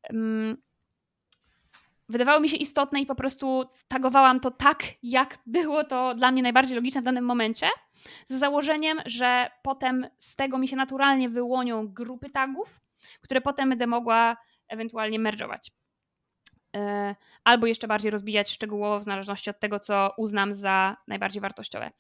wydawały mi się istotne i po prostu tagowałam to tak, jak było to dla mnie najbardziej logiczne w danym momencie, z założeniem, że potem z tego mi się naturalnie wyłonią grupy tagów, które potem będę mogła ewentualnie merge'ować. Albo jeszcze bardziej rozbijać szczegółowo w zależności od tego, co uznam za najbardziej wartościowe.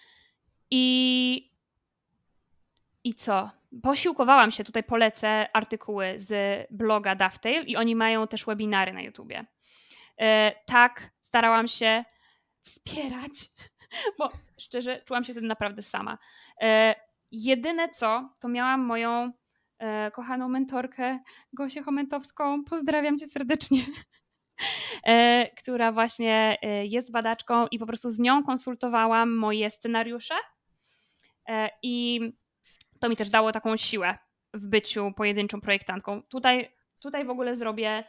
I co? Posiłkowałam się, tutaj polecę artykuły z bloga Dovetail i oni mają też webinary na YouTubie. Tak, starałam się wspierać bo szczerze czułam się wtedy naprawdę sama. Jedyne co, to miałam moją kochaną mentorkę Gosię Chomentowską, pozdrawiam cię serdecznie, która właśnie jest badaczką i po prostu z nią konsultowałam moje scenariusze i to mi też dało taką siłę w byciu pojedynczą projektantką. Tutaj w ogóle zrobię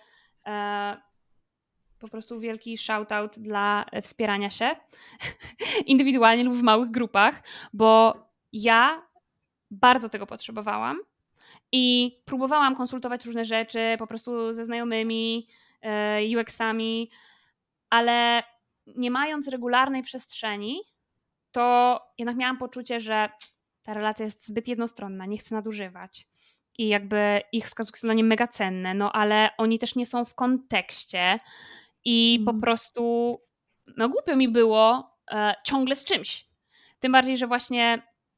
po prostu wielki shoutout dla wspierania się indywidualnie lub w małych grupach, bo ja bardzo tego potrzebowałam i próbowałam konsultować różne rzeczy po prostu ze znajomymi, UX-ami, ale nie mając regularnej przestrzeni, to jednak miałam poczucie, że ta relacja jest zbyt jednostronna, nie chcę nadużywać. I jakby ich wskazówki są dla mnie mega cenne, no ale oni też nie są w kontekście i po prostu no głupio mi było ciągle z czymś. Tym bardziej, że właśnie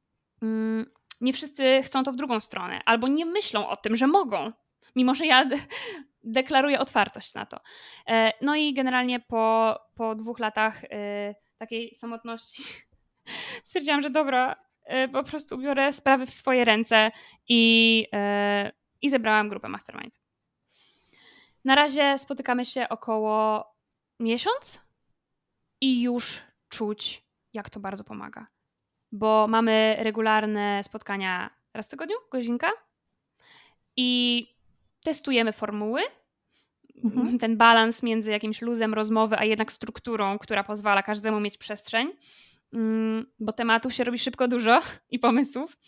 nie wszyscy chcą to w drugą stronę, albo nie myślą o tym, że mogą, mimo że ja deklaruję otwartość na to. No i generalnie po 2 latach takiej samotności stwierdziłam, że dobra, po prostu biorę sprawy w swoje ręce i zebrałam grupę Mastermind. Na razie spotykamy się około miesiąc i już czuć, jak to bardzo pomaga. Bo mamy regularne spotkania raz w tygodniu, godzinka i testujemy formuły. Ten balans między jakimś luzem rozmowy, a jednak strukturą, która pozwala każdemu mieć przestrzeń, bo tematów się robi szybko dużo i pomysłów.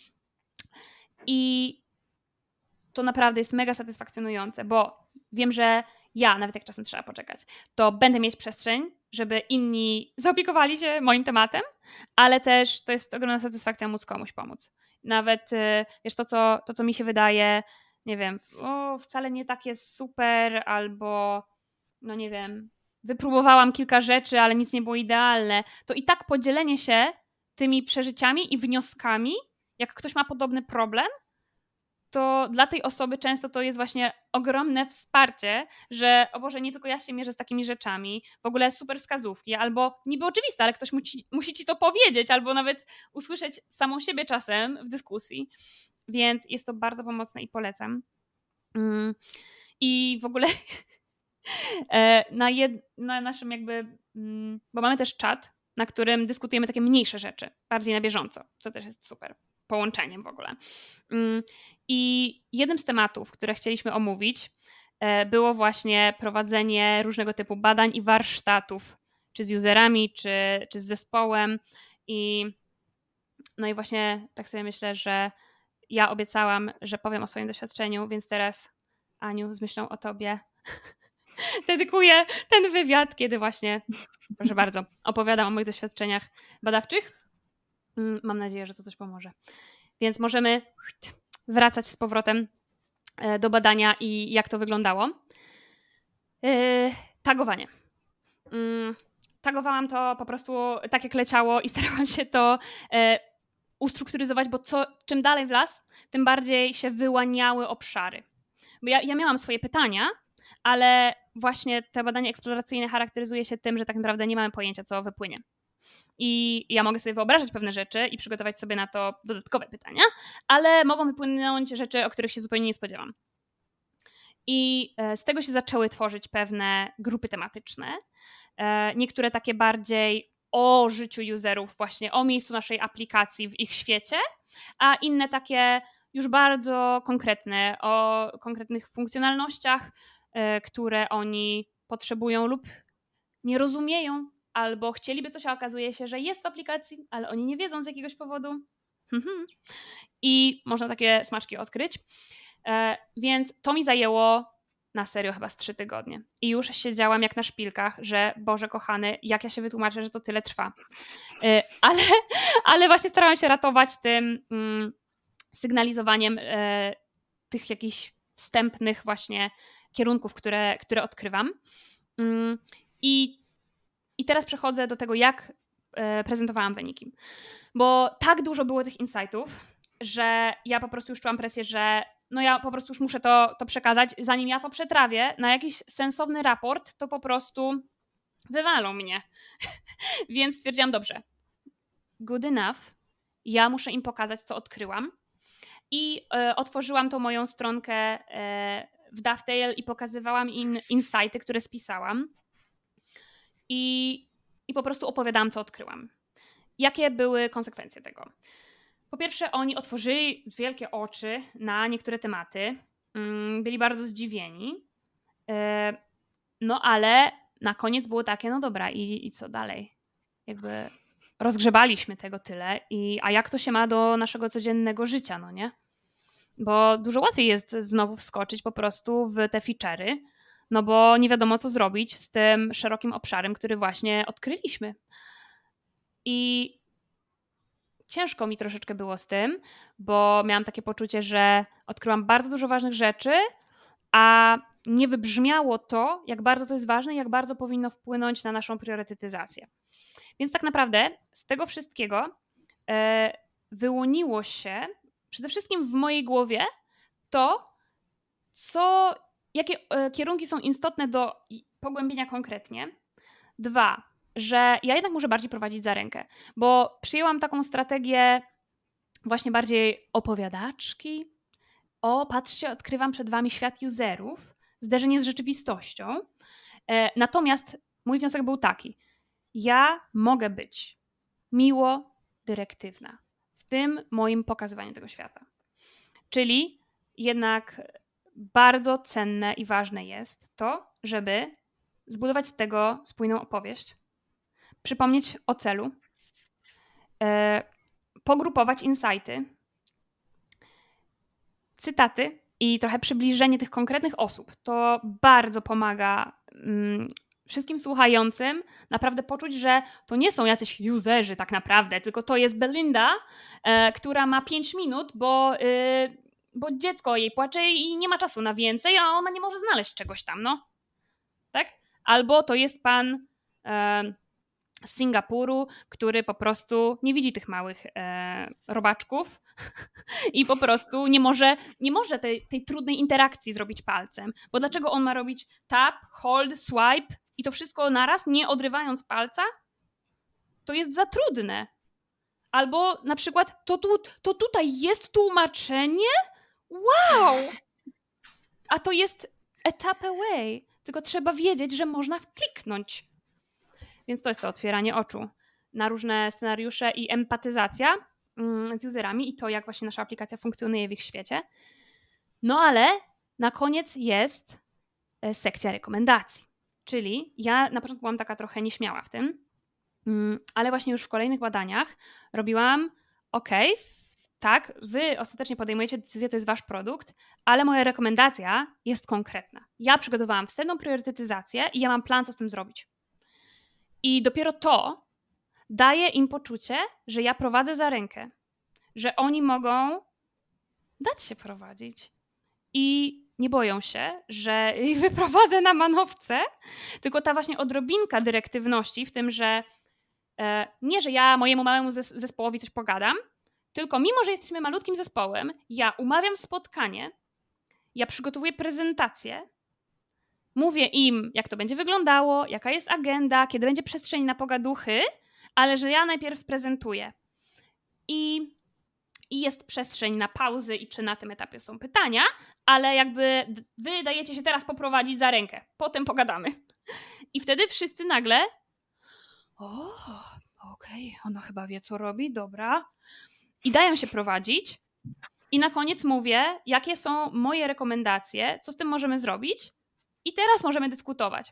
I to naprawdę jest mega satysfakcjonujące, bo wiem, że ja, nawet jak czasem trzeba poczekać, to będę mieć przestrzeń, żeby inni zaopiekowali się moim tematem, ale też to jest ogromna satysfakcja móc komuś pomóc. Nawet, wiesz, to co mi się wydaje, nie wiem, wcale nie takie super, albo no nie wiem, wypróbowałam kilka rzeczy, ale nic nie było idealne, to i tak podzielenie się tymi przeżyciami i wnioskami, jak ktoś ma podobny problem, to dla tej osoby często to jest właśnie ogromne wsparcie, że o Boże, nie tylko ja się mierzę z takimi rzeczami, w ogóle super wskazówki, albo niby oczywiste, ale ktoś musi ci to powiedzieć, albo nawet usłyszeć samą siebie czasem w dyskusji, więc jest to bardzo pomocne i polecam. I w ogóle na naszym jakby, bo mamy też czat, na którym dyskutujemy takie mniejsze rzeczy, bardziej na bieżąco, co też jest super połączeniem w ogóle. I jednym z tematów, które chcieliśmy omówić, było właśnie prowadzenie różnego typu badań i warsztatów, czy z userami, czy z zespołem. No i właśnie tak sobie myślę, że ja obiecałam, że powiem o swoim doświadczeniu, więc teraz, Aniu, z myślą o tobie dedykuję ten wywiad, kiedy właśnie, proszę bardzo, opowiadam o moich doświadczeniach badawczych. Mam nadzieję, że to coś pomoże. Więc możemy wracać z powrotem do badania i jak to wyglądało. Tagowanie. Tagowałam to po prostu tak jak leciało i starałam się to ustrukturyzować, bo czym dalej w las, tym bardziej się wyłaniały obszary. Bo ja miałam swoje pytania, ale właśnie te badanie eksploracyjne charakteryzuje się tym, że tak naprawdę nie mamy pojęcia, co wypłynie. I ja mogę sobie wyobrażać pewne rzeczy i przygotować sobie na to dodatkowe pytania, ale mogą wypłynąć rzeczy, o których się zupełnie nie spodziewam. I z tego się zaczęły tworzyć pewne grupy tematyczne, niektóre takie bardziej o życiu userów, właśnie o miejscu naszej aplikacji w ich świecie, a inne takie już bardzo konkretne, o konkretnych funkcjonalnościach, które oni potrzebują lub nie rozumieją, albo chcieliby coś, a okazuje się, że jest w aplikacji, ale oni nie wiedzą z jakiegoś powodu. I można takie smaczki odkryć. Więc to mi zajęło na serio chyba z 3 tygodnie. I już siedziałam jak na szpilkach, że Boże kochany, jak ja się wytłumaczę, że to tyle trwa. Ale właśnie starałam się ratować tym sygnalizowaniem tych jakichś wstępnych właśnie kierunków, które odkrywam. I teraz przechodzę do tego, jak prezentowałam wyniki. Bo tak dużo było tych insightów, że ja po prostu już czułam presję, że no ja po prostu już muszę to przekazać. Zanim ja to przetrawię na jakiś sensowny raport, to po prostu wywalą mnie. Więc stwierdziłam, dobrze, good enough. Ja muszę im pokazać, co odkryłam. I otworzyłam tą moją stronkę w Dovetail i pokazywałam im insighty, które spisałam. I po prostu opowiadałam, co odkryłam. Jakie były konsekwencje tego? Po pierwsze, oni otworzyli wielkie oczy na niektóre tematy. Byli bardzo zdziwieni. No ale na koniec było takie, no dobra, i co dalej? Jakby rozgrzebaliśmy tego tyle. A jak to się ma do naszego codziennego życia, no nie? Bo dużo łatwiej jest znowu wskoczyć po prostu w te feature'y, no bo nie wiadomo, co zrobić z tym szerokim obszarem, który właśnie odkryliśmy. I ciężko mi troszeczkę było z tym, bo miałam takie poczucie, że odkryłam bardzo dużo ważnych rzeczy, a nie wybrzmiało to, jak bardzo to jest ważne i jak bardzo powinno wpłynąć na naszą priorytetyzację. Więc tak naprawdę z tego wszystkiego wyłoniło się przede wszystkim w mojej głowie to, jakie kierunki są istotne do pogłębienia konkretnie. 2, że ja jednak muszę bardziej prowadzić za rękę, bo przyjęłam taką strategię właśnie bardziej opowiadaczki. Patrzcie, odkrywam przed wami świat userów, zderzenie z rzeczywistością. Natomiast mój wniosek był taki, ja mogę być miło dyrektywna w tym moim pokazywaniu tego świata. Czyli jednak bardzo cenne i ważne jest to, żeby zbudować z tego spójną opowieść, przypomnieć o celu, pogrupować insighty, cytaty i trochę przybliżenie tych konkretnych osób. To bardzo pomaga wszystkim słuchającym naprawdę poczuć, że to nie są jacyś userzy tak naprawdę, tylko to jest Belinda, która ma 5 minut, bo dziecko jej płacze i nie ma czasu na więcej, a ona nie może znaleźć czegoś tam, no. Tak? Albo to jest pan z Singapuru, który po prostu nie widzi tych małych robaczków i po prostu nie może tej trudnej interakcji zrobić palcem. Bo dlaczego on ma robić tap, hold, swipe i to wszystko naraz, nie odrywając palca? To jest za trudne. Albo na przykład to tutaj jest tłumaczenie? Wow! A to jest a tap away. Tylko trzeba wiedzieć, że można kliknąć. Więc to jest to otwieranie oczu na różne scenariusze i empatyzacja z userami i to, jak właśnie nasza aplikacja funkcjonuje w ich świecie. No ale na koniec jest sekcja rekomendacji. Czyli ja na początku byłam taka trochę nieśmiała w tym, ale właśnie już w kolejnych badaniach robiłam tak, wy ostatecznie podejmujecie decyzję, to jest wasz produkt, ale moja rekomendacja jest konkretna. Ja przygotowałam wstępną priorytetyzację i ja mam plan, co z tym zrobić. I dopiero to daje im poczucie, że ja prowadzę za rękę, że oni mogą dać się prowadzić i nie boją się, że ich wyprowadzę na manowce, tylko ta właśnie odrobinka dyrektywności w tym, że nie, że ja mojemu małemu zespołowi coś pogadam, tylko mimo, że jesteśmy malutkim zespołem, ja umawiam spotkanie, ja przygotowuję prezentację, mówię im, jak to będzie wyglądało, jaka jest agenda, kiedy będzie przestrzeń na pogaduchy, ale że ja najpierw prezentuję. I jest przestrzeń na pauzy i czy na tym etapie są pytania, ale jakby wy dajecie się teraz poprowadzić za rękę. Potem pogadamy. I wtedy wszyscy nagle okej, ona chyba wie, co robi, dobra. I dają się prowadzić. I na koniec mówię, jakie są moje rekomendacje, co z tym możemy zrobić. I teraz możemy dyskutować.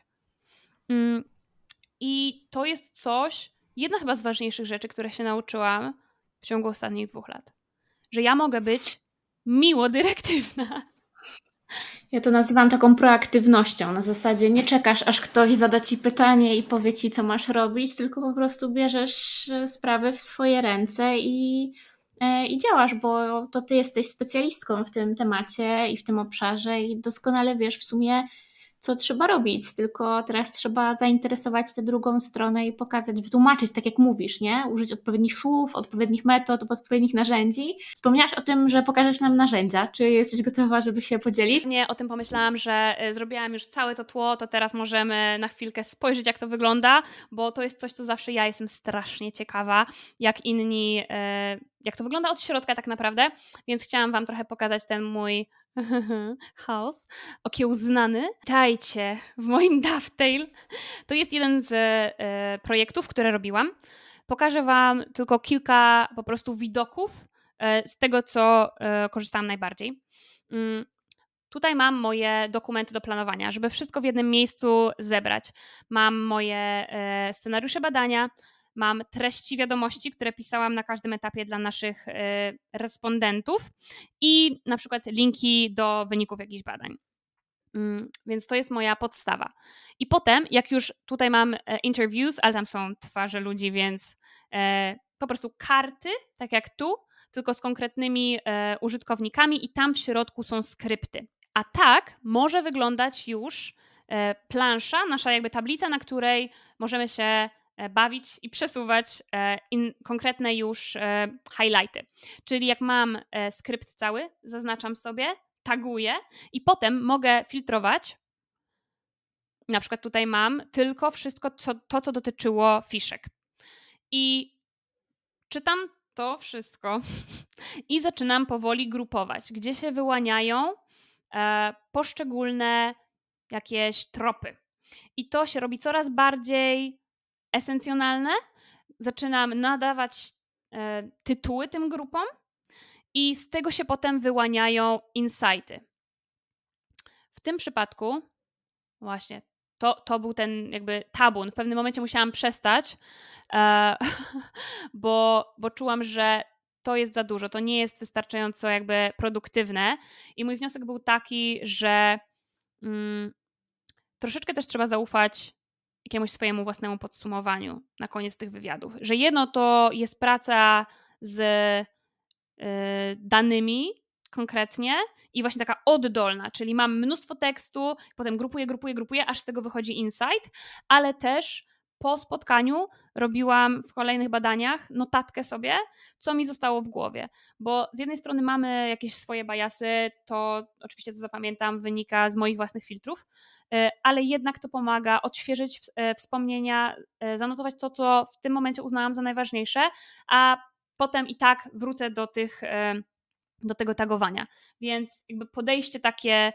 I to jest jedna chyba z ważniejszych rzeczy, które się nauczyłam w ciągu ostatnich 2 lat. Że ja mogę być miło dyrektywna. Ja to nazywam taką proaktywnością. Na zasadzie nie czekasz, aż ktoś zada ci pytanie i powie ci, co masz robić, tylko po prostu bierzesz sprawy w swoje ręce i działasz, bo to ty jesteś specjalistką w tym temacie i w tym obszarze i doskonale wiesz w sumie, co trzeba robić, tylko teraz trzeba zainteresować tę drugą stronę i pokazać, wytłumaczyć, tak jak mówisz, nie? Użyć odpowiednich słów, odpowiednich metod, odpowiednich narzędzi. Wspomniałaś o tym, że pokażesz nam narzędzia. Czy jesteś gotowa, żeby się podzielić? Nie, o tym pomyślałam, że zrobiłam już całe to tło, to teraz możemy na chwilkę spojrzeć, jak to wygląda, bo to jest coś, co zawsze ja jestem strasznie ciekawa, jak inni, jak to wygląda od środka tak naprawdę, więc chciałam wam trochę pokazać ten mój chaos okiełznany. Witajcie w moim Dovetail. To jest jeden z projektów, które robiłam. Pokażę wam tylko kilka po prostu widoków z tego, co korzystałam najbardziej. Tutaj mam moje dokumenty do planowania, żeby wszystko w jednym miejscu zebrać. Mam moje scenariusze badania, mam treści wiadomości, które pisałam na każdym etapie dla naszych respondentów i na przykład linki do wyników jakichś badań. Więc to jest moja podstawa. I potem, jak już tutaj mam interviews, ale tam są twarze ludzi, więc po prostu karty, tak jak tu, tylko z konkretnymi użytkownikami i tam w środku są skrypty. A tak może wyglądać już plansza, nasza jakby tablica, na której możemy się bawić i przesuwać konkretne już highlighty. Czyli jak mam skrypt cały, zaznaczam sobie, taguję i potem mogę filtrować. Na przykład tutaj mam tylko wszystko, co dotyczyło fiszek. I czytam to wszystko i zaczynam powoli grupować, gdzie się wyłaniają poszczególne jakieś tropy. I to się robi coraz bardziej esencjonalne. Zaczynam nadawać tytuły tym grupom i z tego się potem wyłaniają insighty. W tym przypadku właśnie to był ten jakby tabun. W pewnym momencie musiałam przestać, bo czułam, że to jest za dużo, to nie jest wystarczająco jakby produktywne i mój wniosek był taki, że troszeczkę też trzeba zaufać jakiemuś swojemu własnemu podsumowaniu na koniec tych wywiadów, że jedno to jest praca z danymi konkretnie i właśnie taka oddolna, czyli mam mnóstwo tekstu, potem grupuję, aż z tego wychodzi insight, ale też po spotkaniu robiłam w kolejnych badaniach notatkę sobie, co mi zostało w głowie, bo z jednej strony mamy jakieś swoje biasy, to oczywiście co zapamiętam wynika z moich własnych filtrów, ale jednak to pomaga odświeżyć wspomnienia, zanotować to, co w tym momencie uznałam za najważniejsze, a potem i tak wrócę do tego tagowania. Więc jakby podejście takie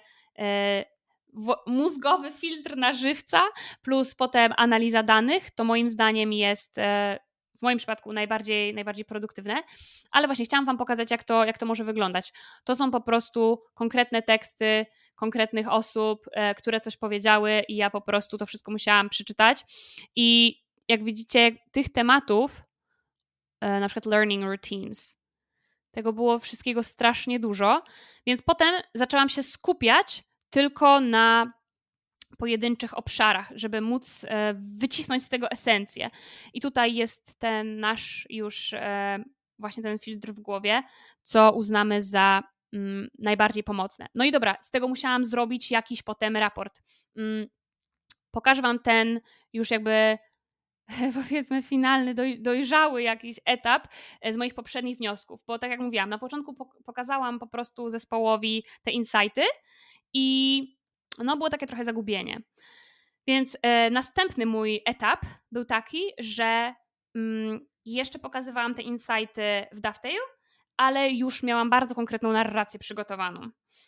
mózgowy filtr na żywca plus potem analiza danych, to moim zdaniem jest w moim przypadku najbardziej produktywne, ale właśnie chciałam wam pokazać, jak to może wyglądać. To są po prostu konkretne teksty konkretnych osób, które coś powiedziały i ja po prostu to wszystko musiałam przeczytać i jak widzicie, tych tematów na przykład learning routines. Tego było wszystkiego strasznie dużo, więc potem zaczęłam się skupiać tylko na pojedynczych obszarach, żeby móc wycisnąć z tego esencję. I tutaj jest ten nasz już właśnie ten filtr w głowie, co uznamy za najbardziej pomocne. No i dobra, z tego musiałam zrobić jakiś potem raport. Pokażę wam ten już jakby powiedzmy finalny, dojrzały jakiś etap z moich poprzednich wniosków, bo tak jak mówiłam, na początku pokazałam po prostu zespołowi te insighty i no było takie trochę zagubienie. Więc następny mój etap był taki, że jeszcze pokazywałam te insighty w Dovetail, ale już miałam bardzo konkretną narrację przygotowaną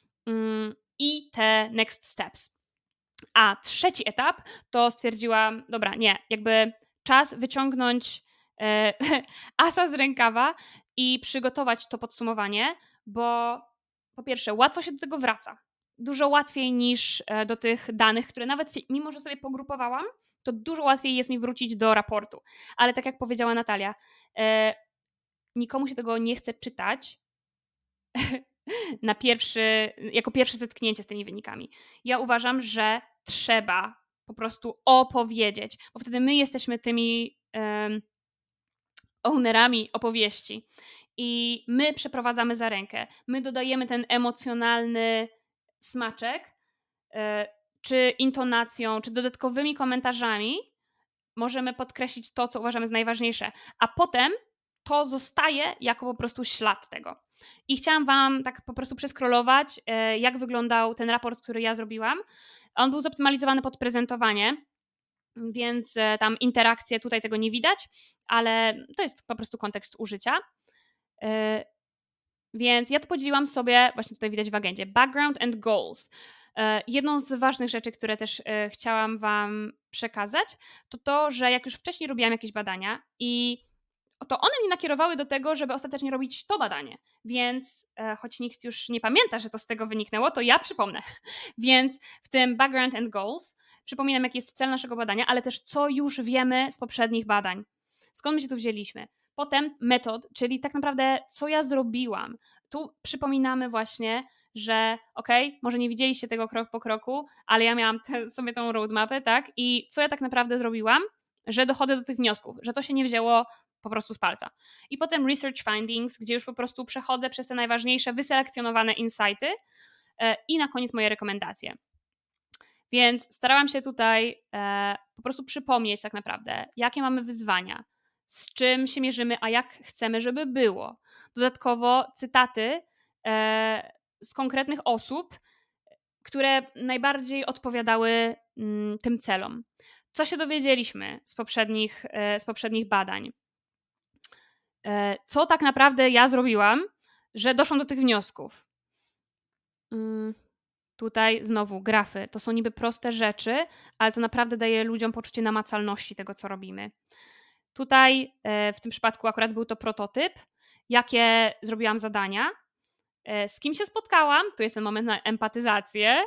i te next steps. A trzeci etap to stwierdziłam, dobra, nie, jakby czas wyciągnąć asa z rękawa i przygotować to podsumowanie, bo po pierwsze łatwo się do tego wraca. Dużo łatwiej niż do tych danych, które nawet mimo, że sobie pogrupowałam, to dużo łatwiej jest mi wrócić do raportu. Ale tak jak powiedziała Natalia, nikomu się tego nie chce czytać jako pierwsze zetknięcie z tymi wynikami. Ja uważam, że trzeba po prostu opowiedzieć, bo wtedy my jesteśmy tymi ownerami opowieści i my przeprowadzamy za rękę, my dodajemy ten emocjonalny smaczek, czy intonacją, czy dodatkowymi komentarzami możemy podkreślić to, co uważamy za najważniejsze, a potem to zostaje jako po prostu ślad tego. I chciałam wam tak po prostu przeskrolować, jak wyglądał ten raport, który ja zrobiłam. On był zoptymalizowany pod prezentowanie, więc tam interakcje, tutaj tego nie widać, ale to jest po prostu kontekst użycia. Więc ja to podzieliłam sobie, właśnie tutaj widać w agendzie, background and goals. Jedną z ważnych rzeczy, które też chciałam wam przekazać, to to, że jak już wcześniej robiłam jakieś badania i to one mnie nakierowały do tego, żeby ostatecznie robić to badanie. Więc choć nikt już nie pamięta, że to z tego wyniknęło, to ja przypomnę. Więc w tym background and goals przypominam, jaki jest cel naszego badania, ale też co już wiemy z poprzednich badań. Skąd my się tu wzięliśmy? Potem metod, czyli tak naprawdę co ja zrobiłam. Tu przypominamy właśnie, że może nie widzieliście tego krok po kroku, ale ja miałam sobie tą roadmapę, tak? I co ja tak naprawdę zrobiłam, że dochodzę do tych wniosków, że to się nie wzięło po prostu z palca. I potem research findings, gdzie już po prostu przechodzę przez te najważniejsze, wyselekcjonowane insighty i na koniec moje rekomendacje. Więc starałam się tutaj po prostu przypomnieć tak naprawdę, jakie mamy wyzwania, z czym się mierzymy, a jak chcemy, żeby było. Dodatkowo cytaty z konkretnych osób, które najbardziej odpowiadały tym celom. Co się dowiedzieliśmy z poprzednich badań? Co tak naprawdę ja zrobiłam, że doszłam do tych wniosków? Tutaj znowu grafy. To są niby proste rzeczy, ale to naprawdę daje ludziom poczucie namacalności tego, co robimy. Tutaj w tym przypadku akurat był to prototyp, jakie zrobiłam zadania, z kim się spotkałam, tu jest ten moment na empatyzację,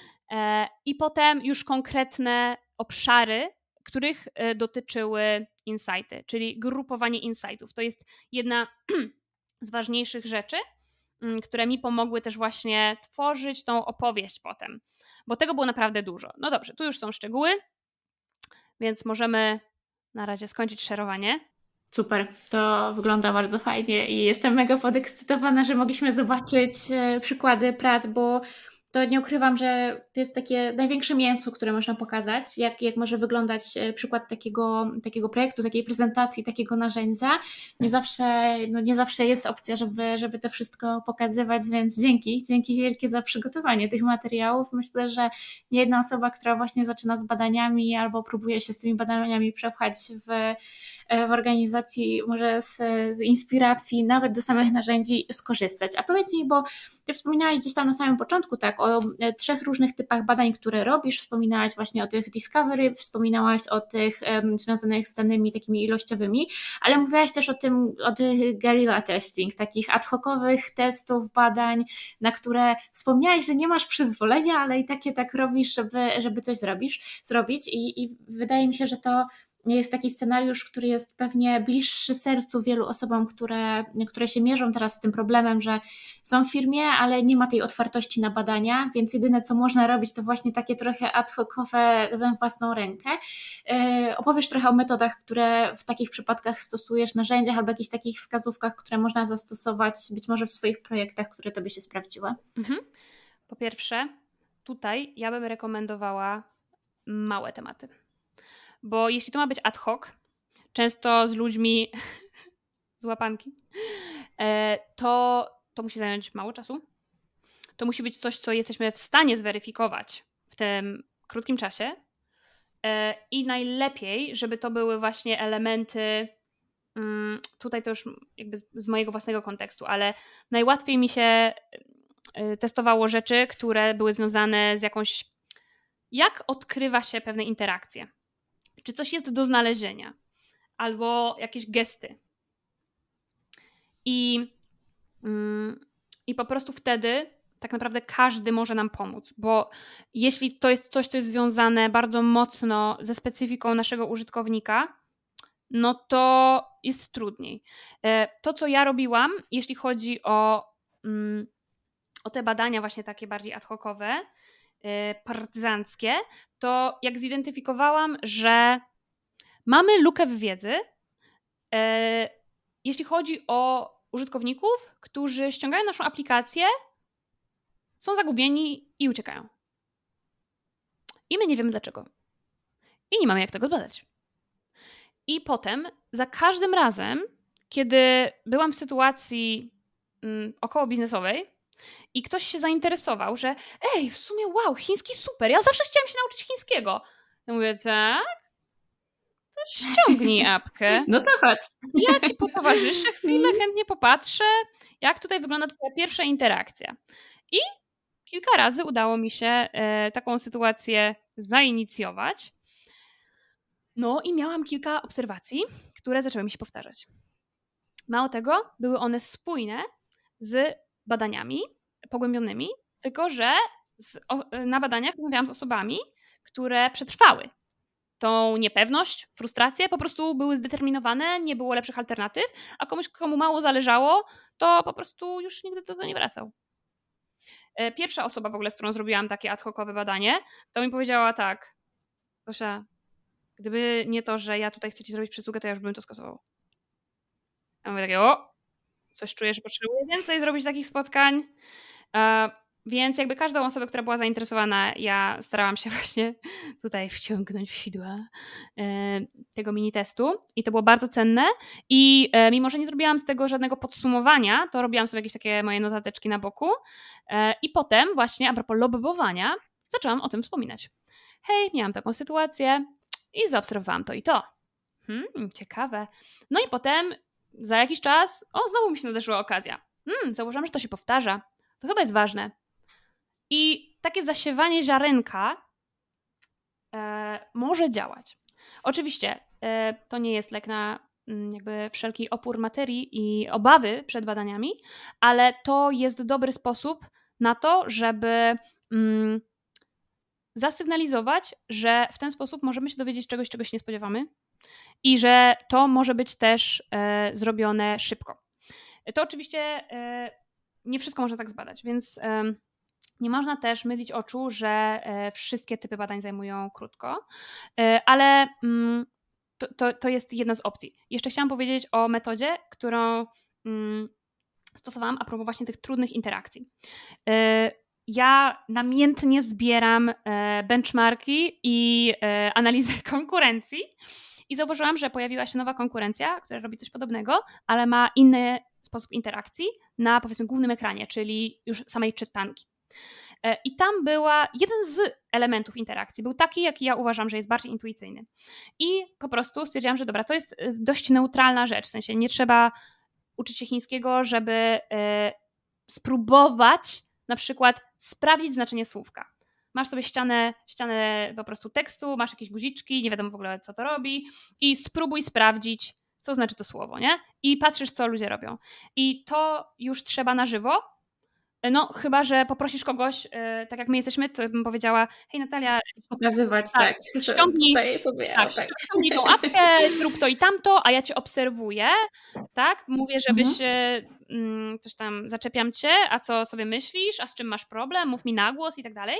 i potem już konkretne obszary, których dotyczyły insighty, czyli grupowanie insightów. To jest jedna z ważniejszych rzeczy, które mi pomogły też właśnie tworzyć tą opowieść potem, bo tego było naprawdę dużo. No dobrze, tu już są szczegóły, więc możemy na razie skończyć szerowanie. Super, to wygląda bardzo fajnie i jestem mega podekscytowana, że mogliśmy zobaczyć przykłady prac, bo to nie ukrywam, że to jest takie największe mięso, które można pokazać, jak może wyglądać przykład takiego projektu, takiej prezentacji, takiego narzędzia. Nie zawsze jest opcja, żeby to wszystko pokazywać, więc dzięki wielkie za przygotowanie tych materiałów. Myślę, że nie jedna osoba, która właśnie zaczyna z badaniami albo próbuje się z tymi badaniami przepchać w organizacji, może z inspiracji nawet do samych narzędzi skorzystać. A powiedz mi, bo Ty wspominałaś gdzieś tam na samym początku, tak, o 3 różnych typach badań, które robisz, wspominałaś właśnie o tych discovery, wspominałaś o tych związanych z danymi takimi ilościowymi, ale mówiłaś też o tych guerrilla testing, takich ad hocowych testów, badań, na które wspomniałaś, że nie masz przyzwolenia, ale i takie tak robisz, żeby coś zrobić i wydaje mi się, że to jest taki scenariusz, który jest pewnie bliższy sercu wielu osobom, które się mierzą teraz z tym problemem, że są w firmie, ale nie ma tej otwartości na badania, więc jedyne co można robić to właśnie takie trochę ad hocowe na własną rękę. Opowiesz trochę o metodach, które w takich przypadkach stosujesz, narzędziach albo jakichś takich wskazówkach, które można zastosować być może w swoich projektach, które Tobie się sprawdziły. Po pierwsze, tutaj ja bym rekomendowała małe tematy. Bo jeśli to ma być ad hoc, często z ludźmi z łapanki, to musi zająć mało czasu. To musi być coś, co jesteśmy w stanie zweryfikować w tym krótkim czasie. I najlepiej, żeby to były właśnie elementy, tutaj to już jakby z mojego własnego kontekstu, ale najłatwiej mi się testowało rzeczy, które były związane z jakąś, jak odkrywa się pewne interakcje. Czy coś jest do znalezienia, albo jakieś gesty. I po prostu wtedy tak naprawdę każdy może nam pomóc, bo jeśli to jest coś, co jest związane bardzo mocno ze specyfiką naszego użytkownika, no to jest trudniej. To, co ja robiłam, jeśli chodzi o te badania właśnie takie bardziej ad hocowe, partyzanckie, to jak zidentyfikowałam, że mamy lukę w wiedzy, jeśli chodzi o użytkowników, którzy ściągają naszą aplikację, są zagubieni i uciekają. I my nie wiemy dlaczego. I nie mamy jak tego zbadać. I potem za każdym razem, kiedy byłam w sytuacji około biznesowej i ktoś się zainteresował, że w sumie wow, chiński super, ja zawsze chciałam się nauczyć chińskiego. Ja mówię, tak? To ściągnij apkę. No to chodź. Ja ci potowarzyszę chwilę, chętnie popatrzę, jak tutaj wygląda twoja pierwsza interakcja. I kilka razy udało mi się taką sytuację zainicjować. No i miałam kilka obserwacji, które zaczęły mi się powtarzać. Mało tego, były one spójne z badaniami pogłębionymi, tylko że na badaniach rozmawiałam z osobami, które przetrwały tą niepewność, frustrację, po prostu były zdeterminowane, nie było lepszych alternatyw, a komuś, komu mało zależało, to po prostu już nigdy do tego nie wracał. Pierwsza osoba w ogóle, z którą zrobiłam takie ad hocowe badanie, to mi powiedziała tak: Gosia, gdyby nie to, że ja tutaj chcę ci zrobić przysługę, to ja już bym to skasował. Ja mówię takie, coś czuję, że potrzebuję więcej zrobić takich spotkań. Więc jakby każdą osobę, która była zainteresowana, ja starałam się właśnie tutaj wciągnąć w sidła tego mini testu i to było bardzo cenne i mimo, że nie zrobiłam z tego żadnego podsumowania, to robiłam sobie jakieś takie moje notateczki na boku i potem właśnie a propos lobbowania zaczęłam o tym wspominać. Hej, miałam taką sytuację i zaobserwowałam to i to. Ciekawe. No i potem za jakiś czas, znowu mi się nadarzyła okazja. Zauważyłam, że to się powtarza. To chyba jest ważne. I takie zasiewanie ziarenka może działać. Oczywiście to nie jest lek na jakby wszelki opór materii i obawy przed badaniami, ale to jest dobry sposób na to, żeby zasygnalizować, że w ten sposób możemy się dowiedzieć czegoś, czego się nie spodziewamy i że to może być też zrobione szybko. To oczywiście nie wszystko można tak zbadać, więc nie można też mydlić oczu, że wszystkie typy badań zajmują krótko, ale to jest jedna z opcji. Jeszcze chciałam powiedzieć o metodzie, którą stosowałam a propos właśnie tych trudnych interakcji. Ja namiętnie zbieram benchmarki i analizę konkurencji i zauważyłam, że pojawiła się nowa konkurencja, która robi coś podobnego, ale ma inny sposób interakcji na, powiedzmy, głównym ekranie, czyli już samej czytanki. I tam była jeden z elementów interakcji, był taki, jaki ja uważam, że jest bardziej intuicyjny. I po prostu stwierdziłam, że dobra, to jest dość neutralna rzecz, w sensie nie trzeba uczyć się chińskiego, żeby spróbować na przykład sprawdzić znaczenie słówka. Masz sobie ścianę po prostu tekstu, masz jakieś guziczki, nie wiadomo w ogóle co to robi i spróbuj sprawdzić, co znaczy to słowo, nie? I patrzysz, co ludzie robią. I to już trzeba na żywo, no chyba, że poprosisz kogoś, tak jak my jesteśmy, to bym powiedziała, hej Natalia, pokazywać, tak. Ściągnij tą apkę, zrób to i tamto, a ja cię obserwuję, tak? Mówię, żebyś coś tam, zaczepiam cię, a co sobie myślisz, a z czym masz problem, mów mi na głos i tak dalej.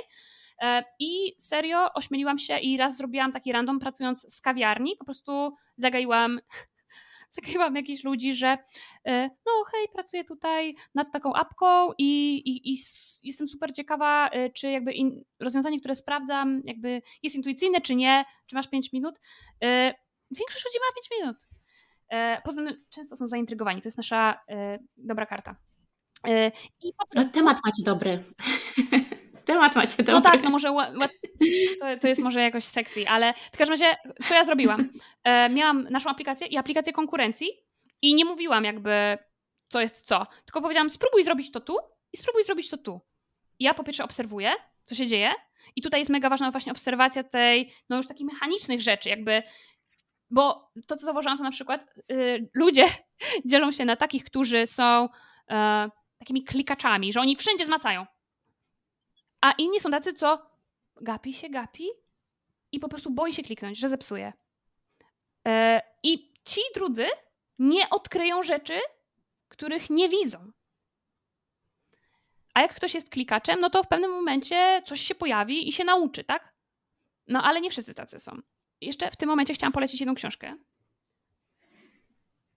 I serio ośmieliłam się i raz zrobiłam taki random, pracując z kawiarni, po prostu zagaiłam jakichś ludzi, że no hej, pracuję tutaj nad taką apką i jestem super ciekawa, czy jakby rozwiązanie, które sprawdzam, jakby jest intuicyjne, czy nie, czy masz 5 minut. Większość ludzi ma 5 minut. Poza tym często są zaintrygowani, to jest nasza dobra karta. I po prostu... Temat macie dobry. Temat macie dobry. No tak, no może to jest może jakoś sexy, ale w każdym razie, co ja zrobiłam? Miałam naszą aplikację i aplikację konkurencji i nie mówiłam jakby co jest co, tylko powiedziałam spróbuj zrobić to tu i spróbuj zrobić to tu. I ja po pierwsze obserwuję, co się dzieje i tutaj jest mega ważna właśnie obserwacja tej, no już takich mechanicznych rzeczy, jakby, bo to, co zauważyłam, to na przykład ludzie dzielą się na takich, którzy są takimi klikaczami, że oni wszędzie zmacają. A inni są tacy, co gapi i po prostu boi się kliknąć, że zepsuje. I ci drudzy nie odkryją rzeczy, których nie widzą. A jak ktoś jest klikaczem, no to w pewnym momencie coś się pojawi i się nauczy, tak? No ale nie wszyscy tacy są. Jeszcze w tym momencie chciałam polecić jedną książkę.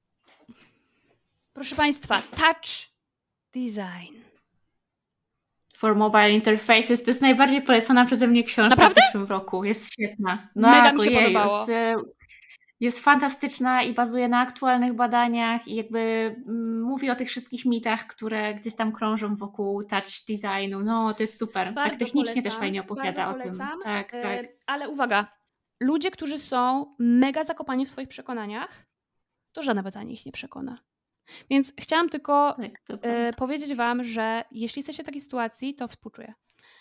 Proszę Państwa, Touch Design. for Mobile Interfaces. To jest najbardziej polecona przeze mnie książka Naprawdę? w zeszłym roku. Jest świetna. No, Mega mi się podobało. Jest fantastyczna i bazuje na aktualnych badaniach i jakby mówi o tych wszystkich mitach, które gdzieś tam krążą wokół touch designu. No, to jest super. Bardzo Tak technicznie polecam, też fajnie opowiada bardzo o tym. polecam. Tak, tak. Ale uwaga, ludzie, którzy są mega zakopani w swoich przekonaniach, to żadne badanie ich nie przekona. Więc chciałam tylko Tak, to prawda. powiedzieć wam, że jeśli jesteście w takiej sytuacji, to współczuję.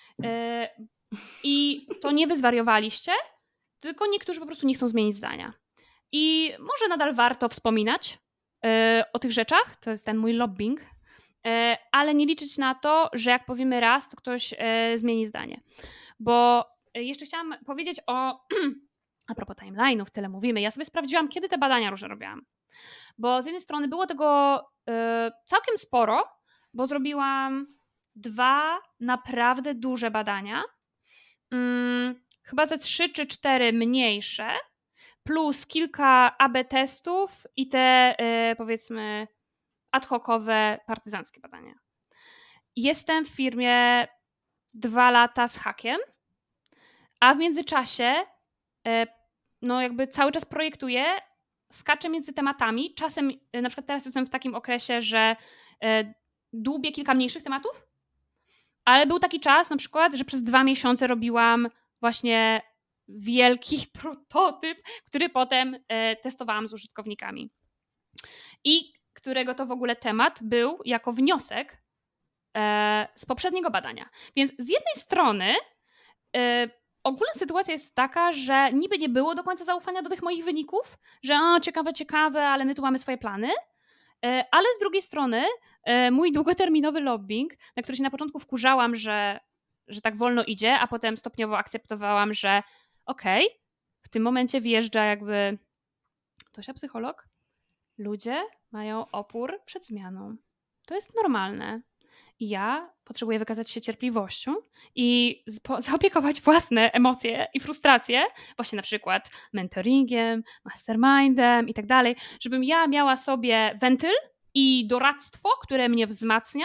I to nie wy zwariowaliście, tylko niektórzy po prostu nie chcą zmienić zdania. I może nadal warto wspominać o tych rzeczach, to jest ten mój lobbying, ale nie liczyć na to, że jak powiemy raz, to ktoś zmieni zdanie. Bo jeszcze chciałam powiedzieć a propos timeline'ów, tyle mówimy, ja sobie sprawdziłam, kiedy te badania różne robiłam. Bo z jednej strony było tego całkiem sporo, bo zrobiłam 2 naprawdę duże badania, chyba ze 3 czy 4 mniejsze, plus kilka AB testów i te powiedzmy ad hocowe, partyzanckie badania. Jestem w firmie 2 lata z hakiem, a w międzyczasie no jakby cały czas projektuję, skaczę między tematami. Czasem, na przykład teraz jestem w takim okresie, że dłubię kilka mniejszych tematów, ale był taki czas na przykład, że przez 2 miesiące robiłam właśnie wielki prototyp, który potem testowałam z użytkownikami. I którego to w ogóle temat był jako wniosek z poprzedniego badania. Więc z jednej strony ogólna sytuacja jest taka, że niby nie było do końca zaufania do tych moich wyników, że ciekawe, ale my tu mamy swoje plany, ale z drugiej strony mój długoterminowy lobbying, na który się na początku wkurzałam, że tak wolno idzie, a potem stopniowo akceptowałam, że okej, w tym momencie wjeżdża jakby Tosia psycholog, ludzie mają opór przed zmianą. To jest normalne. I ja potrzebuję wykazać się cierpliwością i zaopiekować własne emocje i frustracje, właśnie na przykład mentoringiem, mastermindem i tak dalej, żebym ja miała sobie wentyl i doradztwo, które mnie wzmacnia,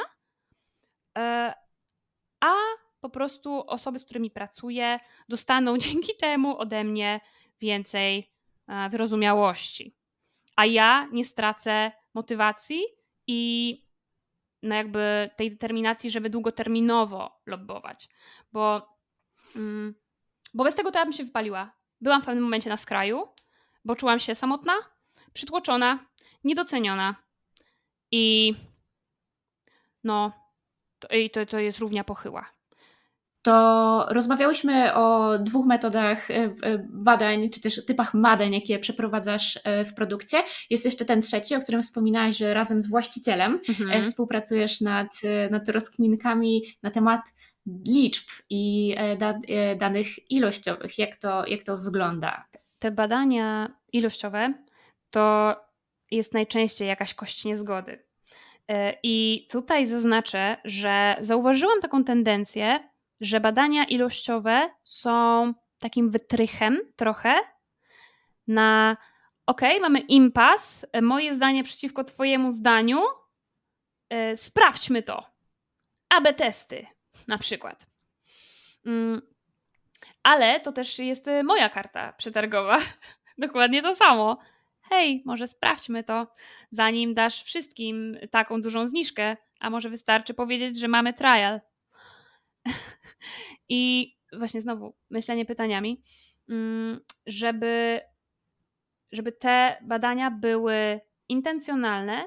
a po prostu osoby, z którymi pracuję, dostaną dzięki temu ode mnie więcej wyrozumiałości. A ja nie stracę motywacji i no jakby tej determinacji, żeby długoterminowo lobbować. Bo bez tego to ja bym się wypaliła. Byłam w pewnym momencie na skraju, bo czułam się samotna, przytłoczona, niedoceniona i no to jest równia pochyła. To rozmawiałyśmy o 2 metodach badań, czy też typach badań, jakie przeprowadzasz w produkcie. Jest jeszcze ten trzeci, o którym wspominałaś, że razem z właścicielem współpracujesz nad rozkminkami na temat liczb i danych ilościowych. Jak to wygląda? Te badania ilościowe to jest najczęściej jakaś kość niezgody. I tutaj zaznaczę, że zauważyłam taką tendencję, że badania ilościowe są takim wytrychem trochę na mamy impas, moje zdanie przeciwko twojemu zdaniu, sprawdźmy to. AB testy na przykład. Ale to też jest moja karta przetargowa. Dokładnie to samo. Hej, może sprawdźmy to, zanim dasz wszystkim taką dużą zniżkę, a może wystarczy powiedzieć, że mamy trial. I właśnie znowu myślenie pytaniami, żeby te badania były intencjonalne,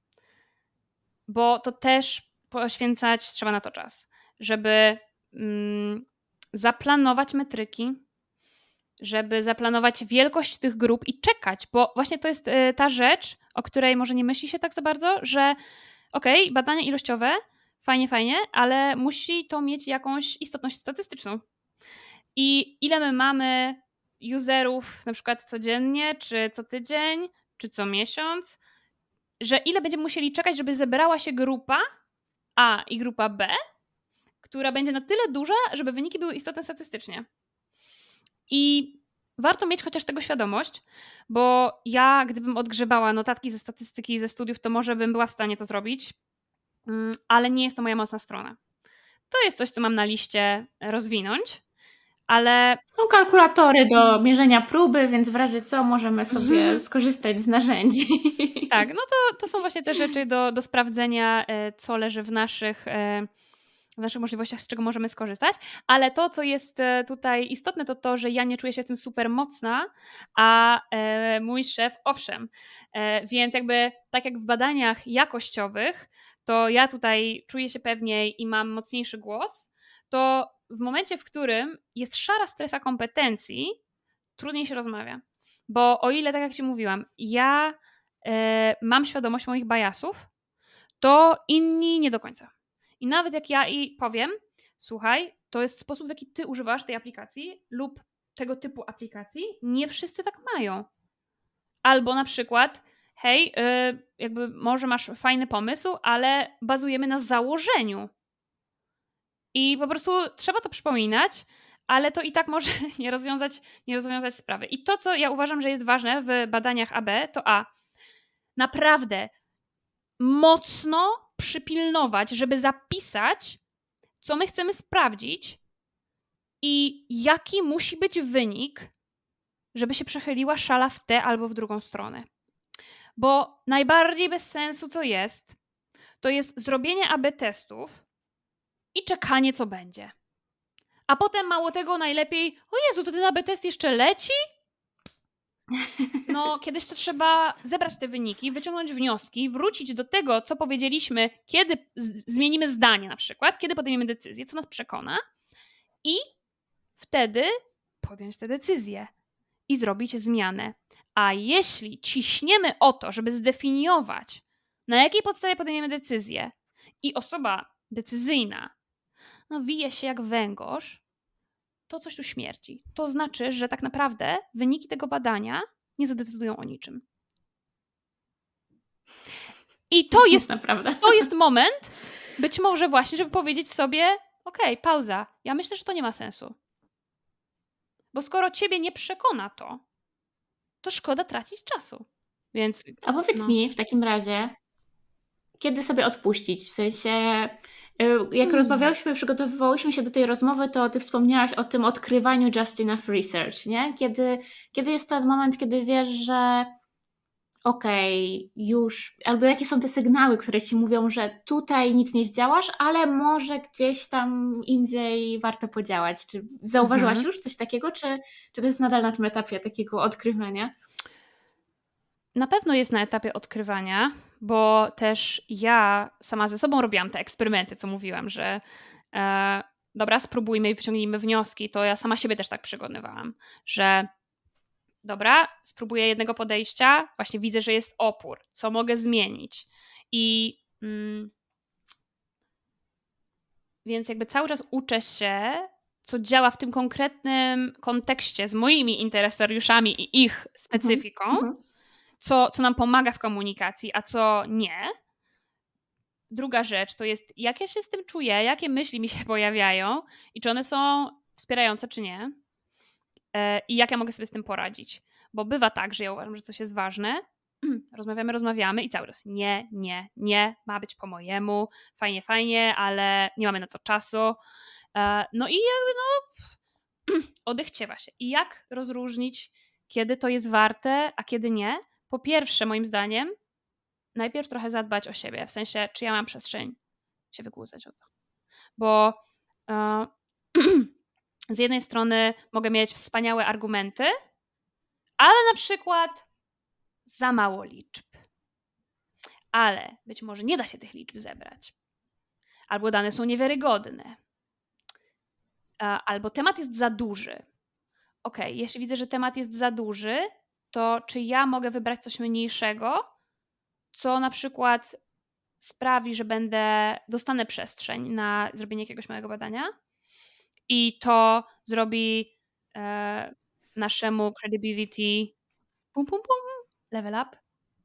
bo to też poświęcać trzeba na to czas, żeby zaplanować metryki, żeby zaplanować wielkość tych grup i czekać, bo właśnie to jest ta rzecz, o której może nie myśli się tak za bardzo, że badania ilościowe, fajnie, ale musi to mieć jakąś istotność statystyczną. I ile my mamy userów na przykład codziennie, czy co tydzień, czy co miesiąc, że ile będziemy musieli czekać, żeby zebrała się grupa A i grupa B, która będzie na tyle duża, żeby wyniki były istotne statystycznie. I warto mieć chociaż tego świadomość, bo ja, gdybym odgrzebała notatki ze statystyki i ze studiów, to może bym była w stanie to zrobić, ale nie jest to moja mocna strona. to jest coś, co mam na liście rozwinąć, ale... Są kalkulatory do mierzenia próby, więc w razie co możemy sobie skorzystać z narzędzi. Tak, no to są właśnie te rzeczy do sprawdzenia, co leży w naszych możliwościach, z czego możemy skorzystać, ale to, co jest tutaj istotne, to to, że ja nie czuję się w tym super mocna, a mój szef owszem. Więc jakby tak jak w badaniach jakościowych, to ja tutaj czuję się pewniej i mam mocniejszy głos, to w momencie, w którym jest szara strefa kompetencji, trudniej się rozmawia. Bo o ile, tak jak Ci mówiłam, ja mam świadomość moich biasów, to inni nie do końca. I nawet jak ja powiem, słuchaj, to jest sposób, w jaki ty używasz tej aplikacji lub tego typu aplikacji, nie wszyscy tak mają. Albo na przykład, hej, jakby może masz fajny pomysł, ale bazujemy na założeniu. I po prostu trzeba to przypominać, ale to i tak może nie rozwiązać sprawy. I to, co ja uważam, że jest ważne w badaniach AB, to naprawdę mocno przypilnować, żeby zapisać, co my chcemy sprawdzić i jaki musi być wynik, żeby się przechyliła szala w tę albo w drugą stronę. Bo najbardziej bez sensu, co jest, to jest zrobienie AB testów i czekanie, co będzie. A potem mało tego, najlepiej, o Jezu, to ten AB test jeszcze leci? No, kiedyś to trzeba zebrać te wyniki, wyciągnąć wnioski, wrócić do tego, co powiedzieliśmy, kiedy zmienimy zdanie na przykład, kiedy podejmiemy decyzję, co nas przekona i wtedy podjąć tę decyzję i zrobić zmianę. A jeśli ciśniemy o to, żeby zdefiniować, na jakiej podstawie podejmiemy decyzję i osoba decyzyjna wije się jak węgorz, to coś tu śmierdzi. To znaczy, że tak naprawdę wyniki tego badania nie zadecydują o niczym. I to jest moment, być może właśnie, żeby powiedzieć sobie, okej, pauza, ja myślę, że to nie ma sensu. Bo skoro ciebie nie przekona to szkoda tracić czasu. Więc, A powiedz mi w takim razie, kiedy sobie odpuścić? W sensie, jak rozmawiałyśmy, przygotowywałyśmy się do tej rozmowy, to ty wspomniałaś o tym odkrywaniu just enough research, nie? Kiedy jest ten moment, kiedy wiesz, że już, albo jakie są te sygnały, które ci mówią, że tutaj nic nie zdziałasz, ale może gdzieś tam indziej warto podziałać. Czy zauważyłaś już coś takiego, czy to jest nadal na tym etapie takiego odkrywania? Na pewno jest na etapie odkrywania, bo też ja sama ze sobą robiłam te eksperymenty, co mówiłam, że dobra, spróbujmy i wyciągnijmy wnioski. To ja sama siebie też tak przekonywałam, że dobra, spróbuję jednego podejścia, właśnie widzę, że jest opór, co mogę zmienić. I więc jakby cały czas uczę się, co działa w tym konkretnym kontekście z moimi interesariuszami i ich specyfiką, co nam pomaga w komunikacji, a co nie. Druga rzecz to jest, jak ja się z tym czuję, jakie myśli mi się pojawiają i czy one są wspierające, czy nie. I jak ja mogę sobie z tym poradzić. Bo bywa tak, że ja uważam, że coś jest ważne, rozmawiamy i cały czas nie, ma być po mojemu, fajnie, ale nie mamy na to czasu. No i odechciewa się. I jak rozróżnić, kiedy to jest warte, a kiedy nie? Po pierwsze, moim zdaniem, najpierw trochę zadbać o siebie, w sensie, czy ja mam przestrzeń się wykłócać o to. Bo z jednej strony mogę mieć wspaniałe argumenty, ale na przykład za mało liczb. Ale być może nie da się tych liczb zebrać. Albo dane są niewiarygodne. Albo temat jest za duży. Jeśli widzę, że temat jest za duży, to czy ja mogę wybrać coś mniejszego, co na przykład sprawi, że dostanę przestrzeń na zrobienie jakiegoś małego badania i to zrobi naszemu credibility level up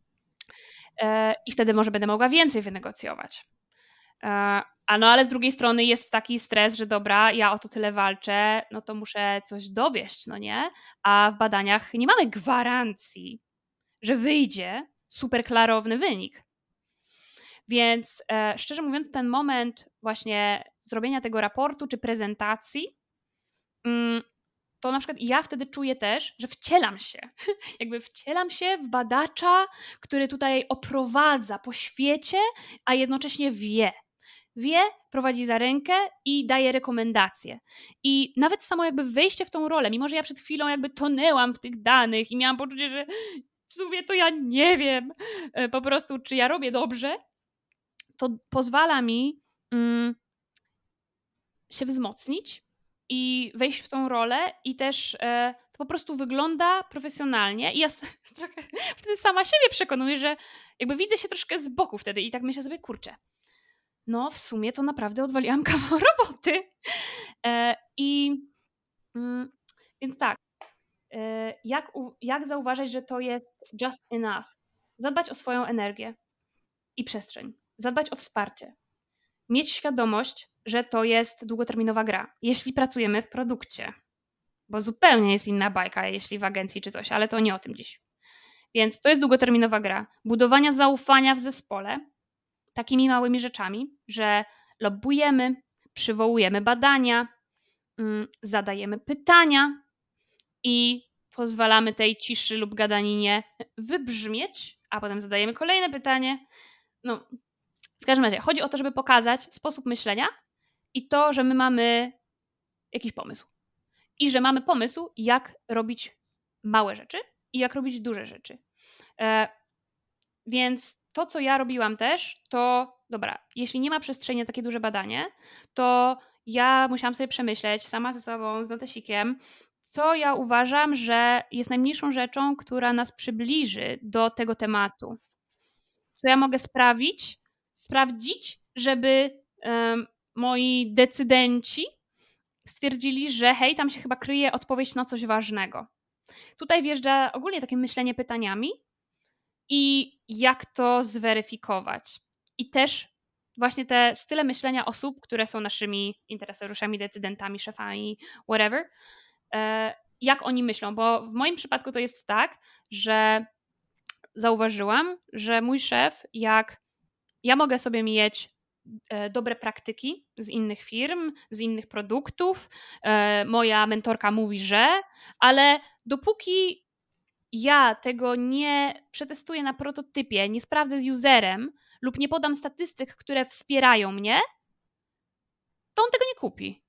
i wtedy może będę mogła więcej wynegocjować. Ale z drugiej strony jest taki stres, że dobra, ja o to tyle walczę, no to muszę coś dowieść, no nie? A w badaniach nie mamy gwarancji, że wyjdzie super klarowny wynik. Więc szczerze mówiąc, ten moment właśnie zrobienia tego raportu czy prezentacji, to na przykład ja wtedy czuję też, że wcielam się. Jakby wcielam się w badacza, który tutaj oprowadza po świecie, a jednocześnie wie, prowadzi za rękę i daje rekomendacje. I nawet samo jakby wejście w tą rolę, mimo że ja przed chwilą jakby tonęłam w tych danych i miałam poczucie, że w sumie to ja nie wiem po prostu, czy ja robię dobrze, to pozwala mi się wzmocnić i wejść w tą rolę i też to po prostu wygląda profesjonalnie i ja trochę wtedy sama siebie przekonuję, że jakby widzę się troszkę z boku wtedy i tak myślę sobie, kurczę, no w sumie to naprawdę odwaliłam kawał roboty. Więc tak, jak zauważyć, że to jest just enough? Zadbać o swoją energię i przestrzeń. Zadbać o wsparcie. Mieć świadomość, że to jest długoterminowa gra, jeśli pracujemy w produkcie. Bo zupełnie jest inna bajka, jeśli w agencji czy coś, ale to nie o tym dziś. Więc to jest długoterminowa gra. Budowania zaufania w zespole takimi małymi rzeczami, że lobbujemy, przywołujemy badania, zadajemy pytania i pozwalamy tej ciszy lub gadaninie wybrzmieć, a potem zadajemy kolejne pytanie. No, w każdym razie chodzi o to, żeby pokazać sposób myślenia i to, że my mamy jakiś pomysł. I że mamy pomysł, jak robić małe rzeczy i jak robić duże rzeczy. Więc to, co ja robiłam też, to dobra, jeśli nie ma przestrzeni na takie duże badanie, to ja musiałam sobie przemyśleć sama ze sobą, z notesikiem, co ja uważam, że jest najmniejszą rzeczą, która nas przybliży do tego tematu. Co ja mogę sprawdzić, żeby moi decydenci stwierdzili, że hej, tam się chyba kryje odpowiedź na coś ważnego. Tutaj wjeżdża ogólnie takie myślenie pytaniami i jak to zweryfikować. I też właśnie te style myślenia osób, które są naszymi interesariuszami, decydentami, szefami, whatever, jak oni myślą, bo w moim przypadku to jest tak, że zauważyłam, że mój szef, jak ja mogę sobie mieć dobre praktyki z innych firm, z innych produktów, moja mentorka mówi, że, ale dopóki ja tego nie przetestuję na prototypie, nie sprawdzę z userem lub nie podam statystyk, które wspierają mnie, to on tego nie kupi.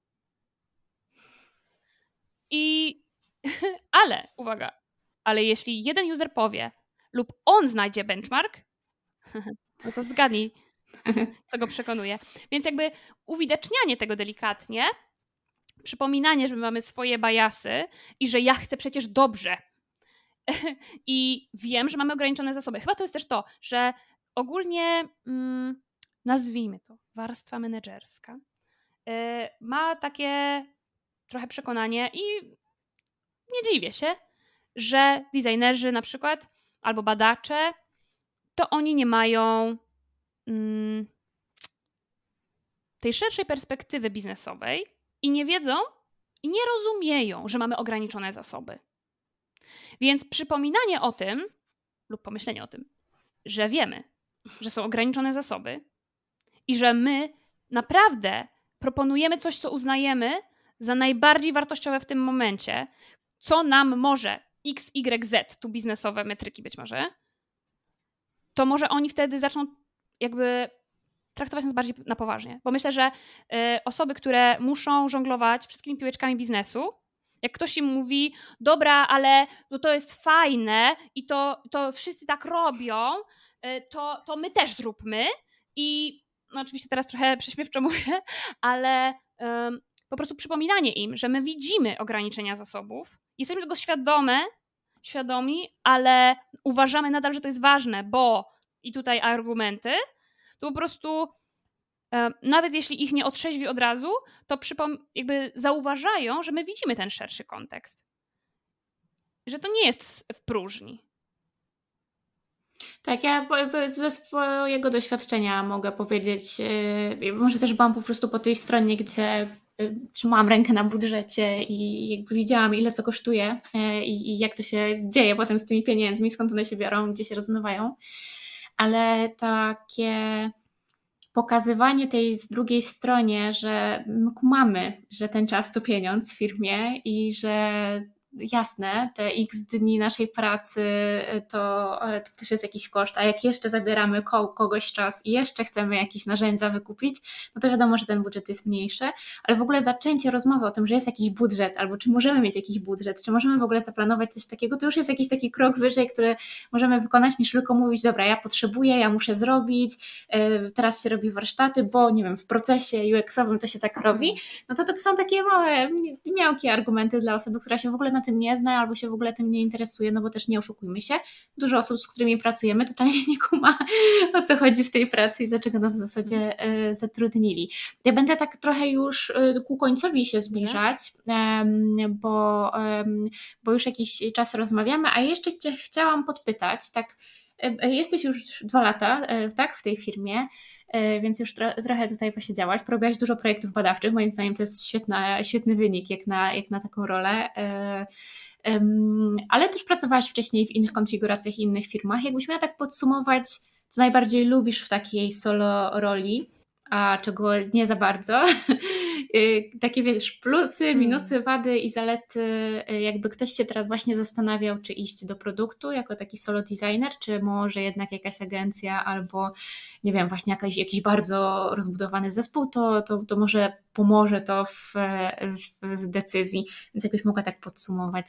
Ale, uwaga, ale jeśli jeden user powie lub on znajdzie benchmark, no to zgadnij, co go przekonuje. Więc jakby uwidacznianie tego delikatnie, przypominanie, że my mamy swoje biasy i że ja chcę przecież dobrze i wiem, że mamy ograniczone zasoby. Chyba to jest też to, że ogólnie nazwijmy to warstwa menedżerska ma takie trochę przekonanie i nie dziwię się, że designerzy na przykład albo badacze, to oni nie mają tej szerszej perspektywy biznesowej i nie wiedzą i nie rozumieją, że mamy ograniczone zasoby. Więc przypominanie o tym lub pomyślenie o tym, że wiemy, że są ograniczone zasoby i że my naprawdę proponujemy coś, co uznajemy za najbardziej wartościowe w tym momencie, co nam może X, Y, Z, tu biznesowe metryki być może, to może oni wtedy zaczną jakby traktować nas bardziej na poważnie. Bo myślę, że osoby, które muszą żonglować wszystkimi piłeczkami biznesu, jak ktoś im mówi, dobra, ale no to jest fajne i to wszyscy tak robią, to my też zróbmy. I no oczywiście teraz trochę prześmiewczo mówię, ale po prostu przypominanie im, że my widzimy ograniczenia zasobów, jesteśmy tego świadomi, ale uważamy nadal, że to jest ważne, bo i tutaj argumenty, to po prostu nawet jeśli ich nie otrzeźwi od razu, to jakby zauważają, że my widzimy ten szerszy kontekst. Że to nie jest w próżni. Tak, ja ze swojego doświadczenia mogę powiedzieć, może też byłam po prostu po tej stronie, gdzie trzymałam rękę na budżecie i jakby widziałam, ile co kosztuje i jak to się dzieje potem z tymi pieniędzmi, skąd one się biorą, gdzie się rozmywają. ale takie pokazywanie tej z drugiej stronie, że my kumamy, że ten czas to pieniądz w firmie i że jasne, te x dni naszej pracy to też jest jakiś koszt, a jak jeszcze zabieramy kogoś czas i jeszcze chcemy jakieś narzędzia wykupić, no to wiadomo, że ten budżet jest mniejszy, ale w ogóle zaczęcie rozmowy o tym, że jest jakiś budżet, albo czy możemy mieć jakiś budżet, czy możemy w ogóle zaplanować coś takiego, to już jest jakiś taki krok wyżej, który możemy wykonać, niż tylko mówić, dobra, ja potrzebuję, ja muszę zrobić, teraz się robi warsztaty, bo nie wiem, w procesie UX-owym to się tak robi, no to są takie małe, miałkie argumenty dla osoby, która się w ogóle na tym nie zna albo się w ogóle tym nie interesuje, no bo też nie oszukujmy się, dużo osób, z którymi pracujemy, totalnie nie kuma, o co chodzi w tej pracy i dlaczego nas w zasadzie zatrudnili. Ja będę tak trochę już ku końcowi się zbliżać, bo już jakiś czas rozmawiamy, a jeszcze Cię chciałam podpytać, tak, jesteś już 2 lata, tak, w tej firmie, więc już trochę tutaj posiedziałaś, porobiłaś dużo projektów badawczych, moim zdaniem to jest świetny wynik jak na taką rolę, ale też pracowałaś wcześniej w innych konfiguracjach i innych firmach. Jakbyś miała tak podsumować, co najbardziej lubisz w takiej solo roli, a czego nie za bardzo, takie wiesz, plusy, minusy, wady i zalety, jakby ktoś się teraz właśnie zastanawiał, czy iść do produktu jako taki solo designer, czy może jednak jakaś agencja albo nie wiem, właśnie jakiś bardzo rozbudowany zespół, to może pomoże to w decyzji, więc jakbyś mogła tak podsumować.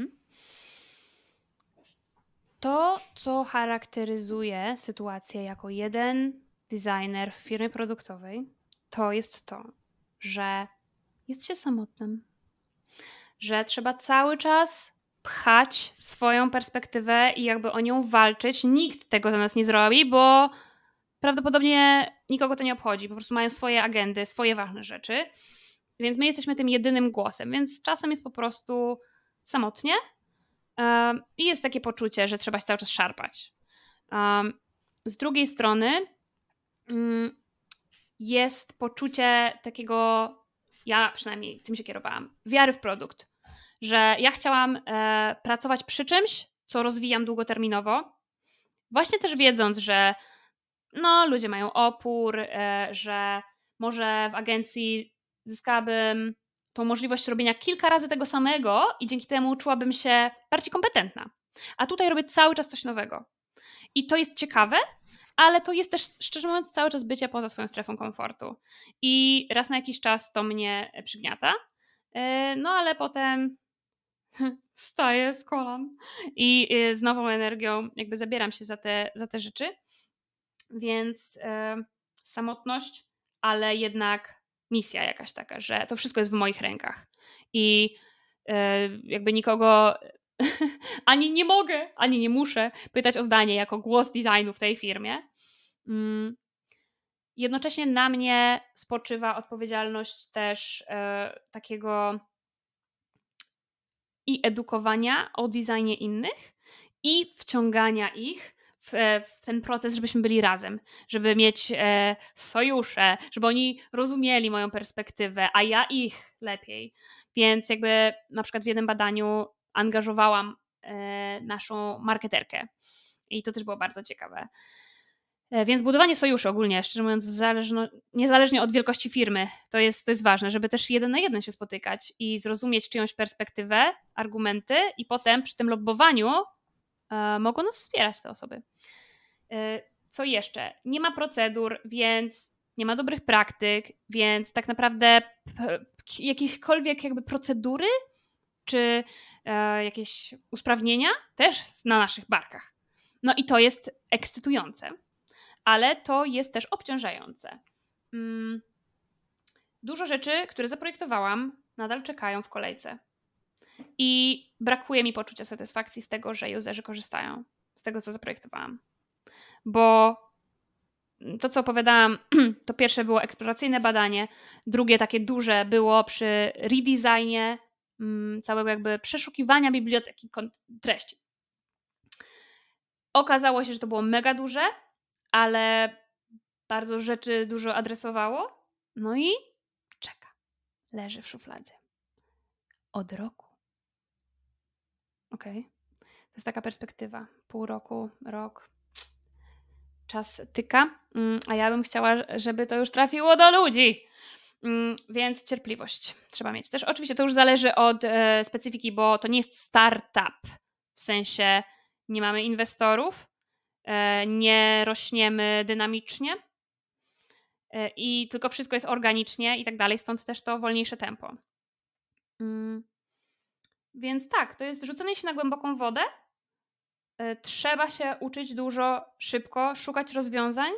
To, co charakteryzuje sytuację jako jeden designer w firmie produktowej, to jest to, że jest się samotnym, że trzeba cały czas pchać swoją perspektywę i jakby o nią walczyć. Nikt tego za nas nie zrobi, bo prawdopodobnie nikogo to nie obchodzi. Po prostu mają swoje agendy, swoje ważne rzeczy. Więc my jesteśmy tym jedynym głosem, więc czasem jest po prostu samotnie i jest takie poczucie, że trzeba się cały czas szarpać. Z drugiej strony jest poczucie takiego, ja przynajmniej tym się kierowałam, wiary w produkt, że ja chciałam pracować przy czymś, co rozwijam długoterminowo, właśnie też wiedząc, że no, ludzie mają opór, że może w agencji zyskałabym tą możliwość robienia kilka razy tego samego i dzięki temu czułabym się bardziej kompetentna. A tutaj robię cały czas coś nowego. I to jest ciekawe, ale to jest też, szczerze mówiąc, cały czas bycie poza swoją strefą komfortu. I raz na jakiś czas to mnie przygniata, no ale potem wstaję z kolan i z nową energią jakby zabieram się za te rzeczy. Więc samotność, ale jednak misja jakaś taka, że to wszystko jest w moich rękach. I jakby nikogo ani nie mogę, ani nie muszę pytać o zdanie jako głos designu w tej firmie. Jednocześnie na mnie spoczywa odpowiedzialność też takiego i edukowania o designie innych i wciągania ich w ten proces, żebyśmy byli razem, żeby mieć sojusze, żeby oni rozumieli moją perspektywę, a ja ich lepiej. Więc jakby na przykład w jednym badaniu angażowałam naszą marketerkę i to też było bardzo ciekawe. Więc budowanie sojuszy ogólnie, szczerze mówiąc, niezależnie od wielkości firmy, to jest ważne, żeby też 1 na 1 się spotykać i zrozumieć czyjąś perspektywę, argumenty i potem przy tym lobbowaniu mogą nas wspierać te osoby. Co jeszcze? Nie ma procedur, więc nie ma dobrych praktyk, więc tak naprawdę jakiekolwiek jakby procedury czy jakieś usprawnienia też na naszych barkach. No i to jest ekscytujące, ale to jest też obciążające. Dużo rzeczy, które zaprojektowałam, nadal czekają w kolejce. I brakuje mi poczucia satysfakcji z tego, że userzy korzystają z tego, co zaprojektowałam. Bo to, co opowiadałam, to pierwsze było eksploracyjne badanie, drugie takie duże było przy redesignie całego jakby przeszukiwania biblioteki treści. Okazało się, że to było mega duże, ale bardzo rzeczy dużo adresowało. No i czeka. Leży w szufladzie. Od roku. Okej. To jest taka perspektywa. Pół roku, rok. czas tyka, a ja bym chciała, żeby to już trafiło do ludzi. Więc cierpliwość trzeba mieć. Też oczywiście to już zależy od specyfiki, bo to nie jest startup, w sensie nie mamy inwestorów, nie rośniemy dynamicznie i tylko wszystko jest organicznie i tak dalej, stąd też to wolniejsze tempo. Więc tak, to jest rzucenie się na głęboką wodę. Trzeba się uczyć dużo, szybko, szukać rozwiązań,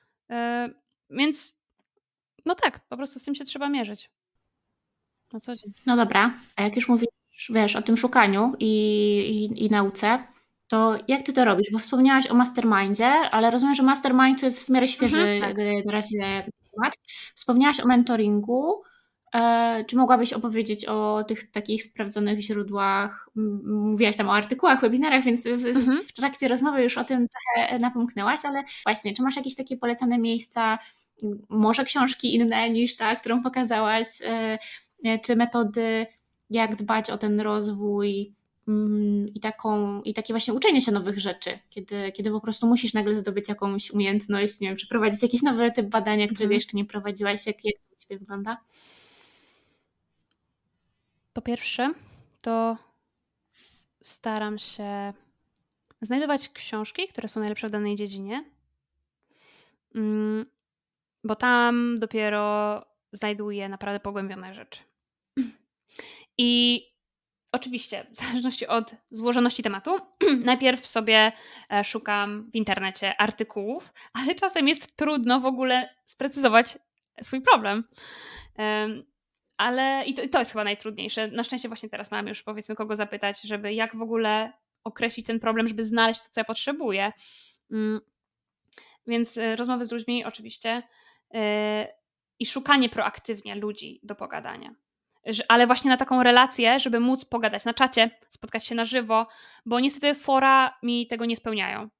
więc no tak, po prostu z tym się trzeba mierzyć na co dzień. No dobra, a jak już mówisz, wiesz, o tym szukaniu i nauce, to jak ty to robisz? Bo wspomniałaś o mastermindzie, ale rozumiem, że mastermind to jest w miarę świeży Tak. na razie temat. Wspomniałaś o mentoringu. Czy mogłabyś opowiedzieć o tych takich sprawdzonych źródłach? Mówiłaś tam o artykułach, webinarach, więc w trakcie rozmowy już o tym trochę napomknęłaś, ale właśnie, czy masz jakieś takie polecane miejsca, może książki inne niż ta, którą pokazałaś, czy metody, jak dbać o ten rozwój i takie właśnie uczenie się nowych rzeczy, kiedy po prostu musisz nagle zdobyć jakąś umiejętność, nie wiem, przeprowadzić jakiś nowy typ badania, którego jeszcze nie prowadziłaś, jak to u Ciebie wygląda? Po pierwsze, to staram się znajdować książki, które są najlepsze w danej dziedzinie, bo tam dopiero znajduję naprawdę pogłębione rzeczy. I oczywiście, w zależności od złożoności tematu, najpierw sobie szukam w internecie artykułów, ale czasem jest trudno w ogóle sprecyzować swój problem. Ale i to jest chyba najtrudniejsze. Na szczęście właśnie teraz mam już, powiedzmy, kogo zapytać, żeby jak w ogóle określić ten problem, żeby znaleźć to, co ja potrzebuję. Więc rozmowy z ludźmi oczywiście i szukanie proaktywnie ludzi do pogadania. Ale właśnie na taką relację, żeby móc pogadać na czacie, spotkać się na żywo, bo niestety fora mi tego nie spełniają.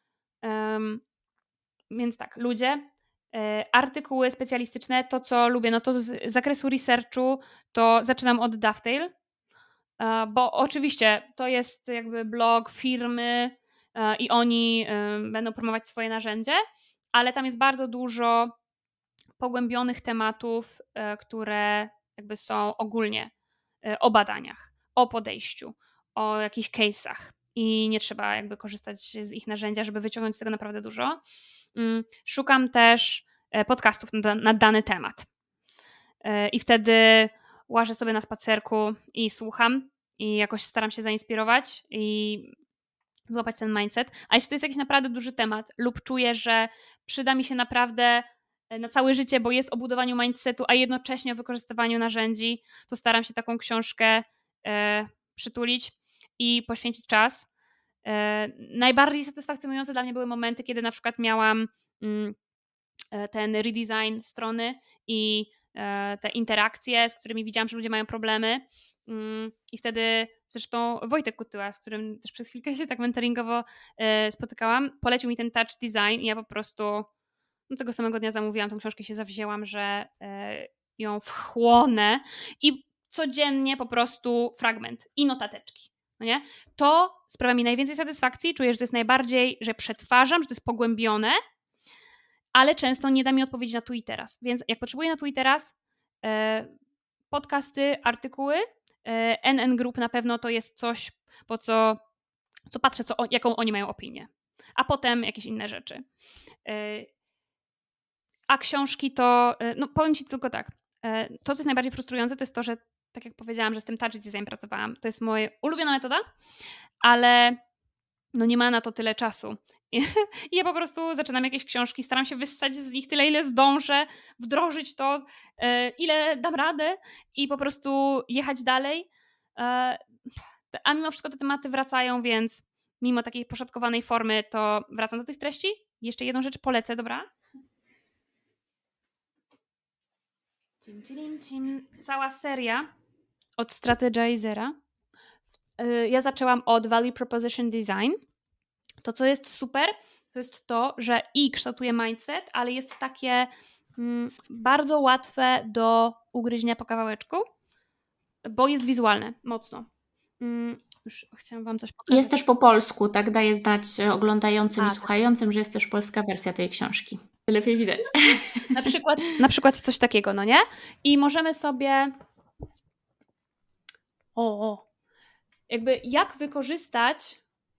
Więc tak, ludzie, artykuły specjalistyczne, to co lubię, no to z zakresu researchu to zaczynam od Dovetail, bo oczywiście to jest jakby blog firmy i oni będą promować swoje narzędzie, ale tam jest bardzo dużo pogłębionych tematów, które jakby są ogólnie o badaniach, o podejściu, o jakichś case'ach i nie trzeba jakby korzystać z ich narzędzia, żeby wyciągnąć z tego naprawdę dużo. Szukam też podcastów na dany temat i wtedy łażę sobie na spacerku i słucham i jakoś staram się zainspirować i złapać ten mindset. A jeśli to jest jakiś naprawdę duży temat lub czuję, że przyda mi się naprawdę na całe życie, bo jest o budowaniu mindsetu, a jednocześnie o wykorzystywaniu narzędzi, to staram się taką książkę przytulić i poświęcić czas. Najbardziej satysfakcjonujące dla mnie były momenty, kiedy na przykład miałam ten redesign strony i te interakcje, z którymi widziałam, że ludzie mają problemy. I wtedy zresztą Wojtek Kutyła, z którym też przez chwilkę się tak mentoringowo spotykałam, polecił mi ten touch design i ja po prostu tego samego dnia zamówiłam tą książkę, się zawzięłam, że ją wchłonę i codziennie po prostu fragment i notateczki. No nie? To sprawia mi najwięcej satysfakcji, czuję, że to jest najbardziej, że przetwarzam, że to jest pogłębione, ale często nie da mi odpowiedzi na tu i teraz. Więc jak potrzebuję na tu i teraz, podcasty, artykuły, NN Group na pewno to jest coś, po co patrzę, jaką oni mają opinię. A potem jakieś inne rzeczy. A książki to, no powiem Ci tylko tak, to co jest najbardziej frustrujące, to jest to, że tak jak powiedziałam, że z tym touch design pracowałam, to jest moja ulubiona metoda, ale no nie ma na to tyle czasu. I ja po prostu zaczynam jakieś książki, staram się wyssać z nich tyle, ile zdążę, wdrożyć to, ile dam radę i po prostu jechać dalej. A mimo wszystko te tematy wracają, więc mimo takiej poszatkowanej formy to wracam do tych treści. Jeszcze jedną rzecz polecę, dobra? Cała seria od Strategizera. Ja zaczęłam od Value Proposition Design. To, co jest super, to jest to, że kształtuje mindset, ale jest takie bardzo łatwe do ugryzienia po kawałeczku, bo jest wizualne mocno. Już chciałam wam coś pokazać. Jest też po polsku, tak? Daję znać oglądającym i słuchającym, że jest też polska wersja tej książki. Lepiej widać. Na przykład coś takiego, no nie? I możemy sobie jakby jak wykorzystać,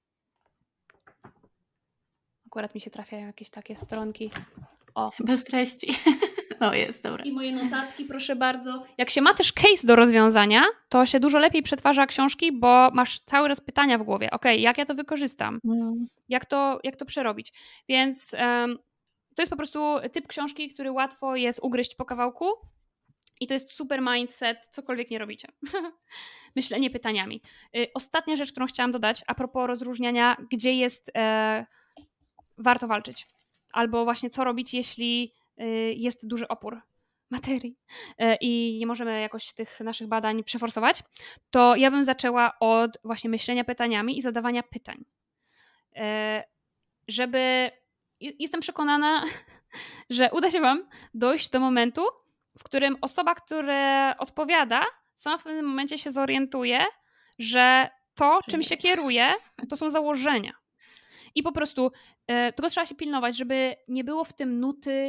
akurat mi się trafiają jakieś takie stronki. Bez treści. Jest, dobra. I moje notatki, proszę bardzo. Jak się ma też case do rozwiązania, to się dużo lepiej przetwarza książki, bo masz cały czas pytania w głowie. Okej, jak ja to wykorzystam? Jak to przerobić? Więc to jest po prostu typ książki, który łatwo jest ugryźć po kawałku i to jest super mindset, cokolwiek nie robicie. Myślenie pytaniami. Ostatnia rzecz, którą chciałam dodać a propos rozróżniania, gdzie jest warto walczyć. Albo właśnie co robić, jeśli jest duży opór materii i nie możemy jakoś tych naszych badań przeforsować, to ja bym zaczęła od właśnie myślenia pytaniami i zadawania pytań. Jestem przekonana, że uda się wam dojść do momentu, w którym osoba, która odpowiada, sama w pewnym momencie się zorientuje, że to, czym się kieruje, to są założenia. I po prostu tylko trzeba się pilnować, żeby nie było w tym nuty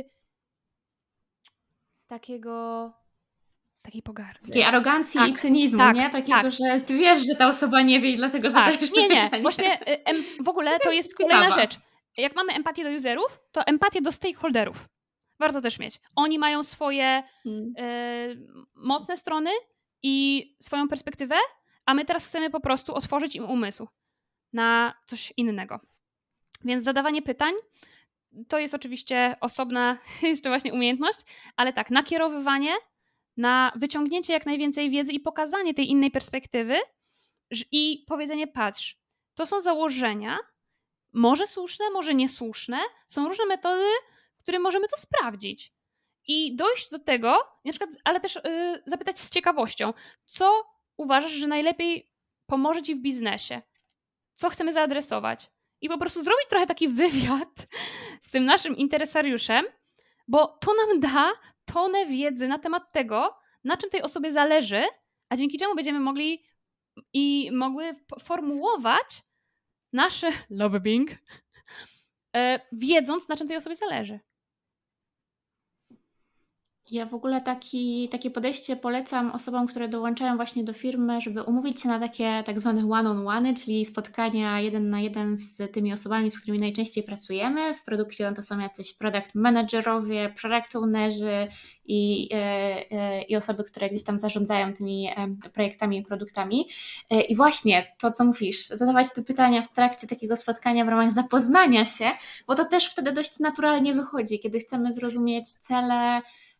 takiej pogardy. Takiej arogancji i cynizmu, nie? Takiego, że ty wiesz, że ta osoba nie wie i dlatego zadajesz to pytanie. Nie. Właśnie w ogóle to jest kolejna rzecz. Jak mamy empatię do userów, to empatię do stakeholderów. Warto też mieć. Oni mają swoje mocne strony i swoją perspektywę, a my teraz chcemy po prostu otworzyć im umysł na coś innego. Więc zadawanie pytań to jest oczywiście osobna jeszcze właśnie umiejętność, ale tak, nakierowywanie na wyciągnięcie jak najwięcej wiedzy i pokazanie tej innej perspektywy i powiedzenie, patrz, to są założenia, może słuszne, może niesłuszne, są różne metody, którym możemy to sprawdzić. I dojść do tego, na przykład, ale też zapytać z ciekawością, co uważasz, że najlepiej pomoże ci w biznesie? Co chcemy zaadresować? I po prostu zrobić trochę taki wywiad z tym naszym interesariuszem, bo to nam da tonę wiedzy na temat tego, na czym tej osobie zależy, a dzięki czemu będziemy mogły formułować nasze lobbying, wiedząc, na czym tej osobie zależy. Ja w ogóle takie podejście polecam osobom, które dołączają właśnie do firmy, żeby umówić się na takie tak zwane one-on-one, czyli spotkania 1 na 1 z tymi osobami, z którymi najczęściej pracujemy. W produkcie to są jacyś product managerowie, product ownerzy i osoby, które gdzieś tam zarządzają tymi projektami i produktami. I właśnie to, co mówisz, zadawać te pytania w trakcie takiego spotkania w ramach zapoznania się, bo to też wtedy dość naturalnie wychodzi, kiedy chcemy zrozumieć cele,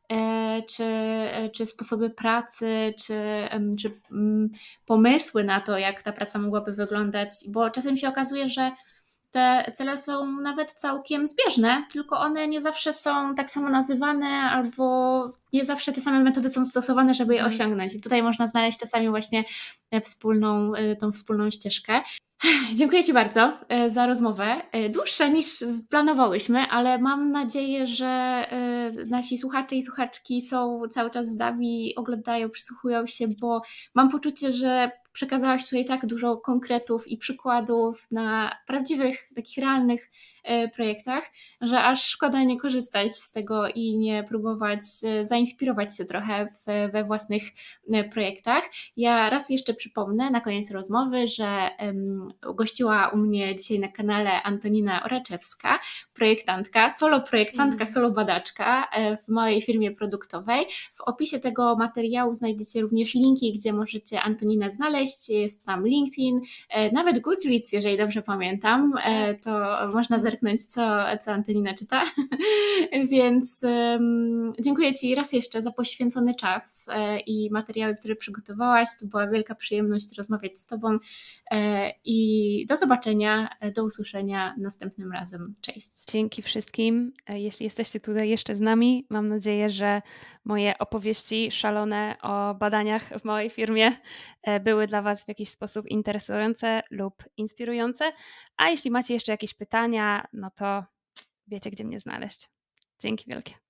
czy sposoby pracy, czy pomysły na to, jak ta praca mogłaby wyglądać, bo czasem się okazuje, że te cele są nawet całkiem zbieżne, tylko one nie zawsze są tak samo nazywane, albo nie zawsze te same metody są stosowane, żeby je osiągnąć. I tutaj można znaleźć czasami właśnie tą wspólną ścieżkę. Dziękuję Ci bardzo za rozmowę. Dłuższa niż planowałyśmy, ale mam nadzieję, że nasi słuchacze i słuchaczki są cały czas z nami, oglądają, przysłuchują się, bo mam poczucie, że przekazałaś tutaj tak dużo konkretów i przykładów na prawdziwych, takich realnych projektach, że aż szkoda nie korzystać z tego i nie próbować zainspirować się trochę we własnych projektach. Ja raz jeszcze przypomnę na koniec rozmowy, że gościła u mnie dzisiaj na kanale Antonina Oraczewska, projektantka, solo badaczka w mojej firmie produktowej. W opisie tego materiału znajdziecie również linki, gdzie możecie Antoninę znaleźć. Jest tam LinkedIn, nawet Goodreads, jeżeli dobrze pamiętam, to można zerknąć, co Antonina czyta. Więc dziękuję Ci raz jeszcze za poświęcony czas i materiały, które przygotowałaś. To była wielka przyjemność rozmawiać z Tobą i do zobaczenia, do usłyszenia następnym razem. Cześć. Dzięki wszystkim. Jeśli jesteście tutaj jeszcze z nami, mam nadzieję, że moje opowieści szalone o badaniach w mojej firmie były dla Was w jakiś sposób interesujące lub inspirujące. A jeśli macie jeszcze jakieś pytania, no to wiecie, gdzie mnie znaleźć. Dzięki wielkie.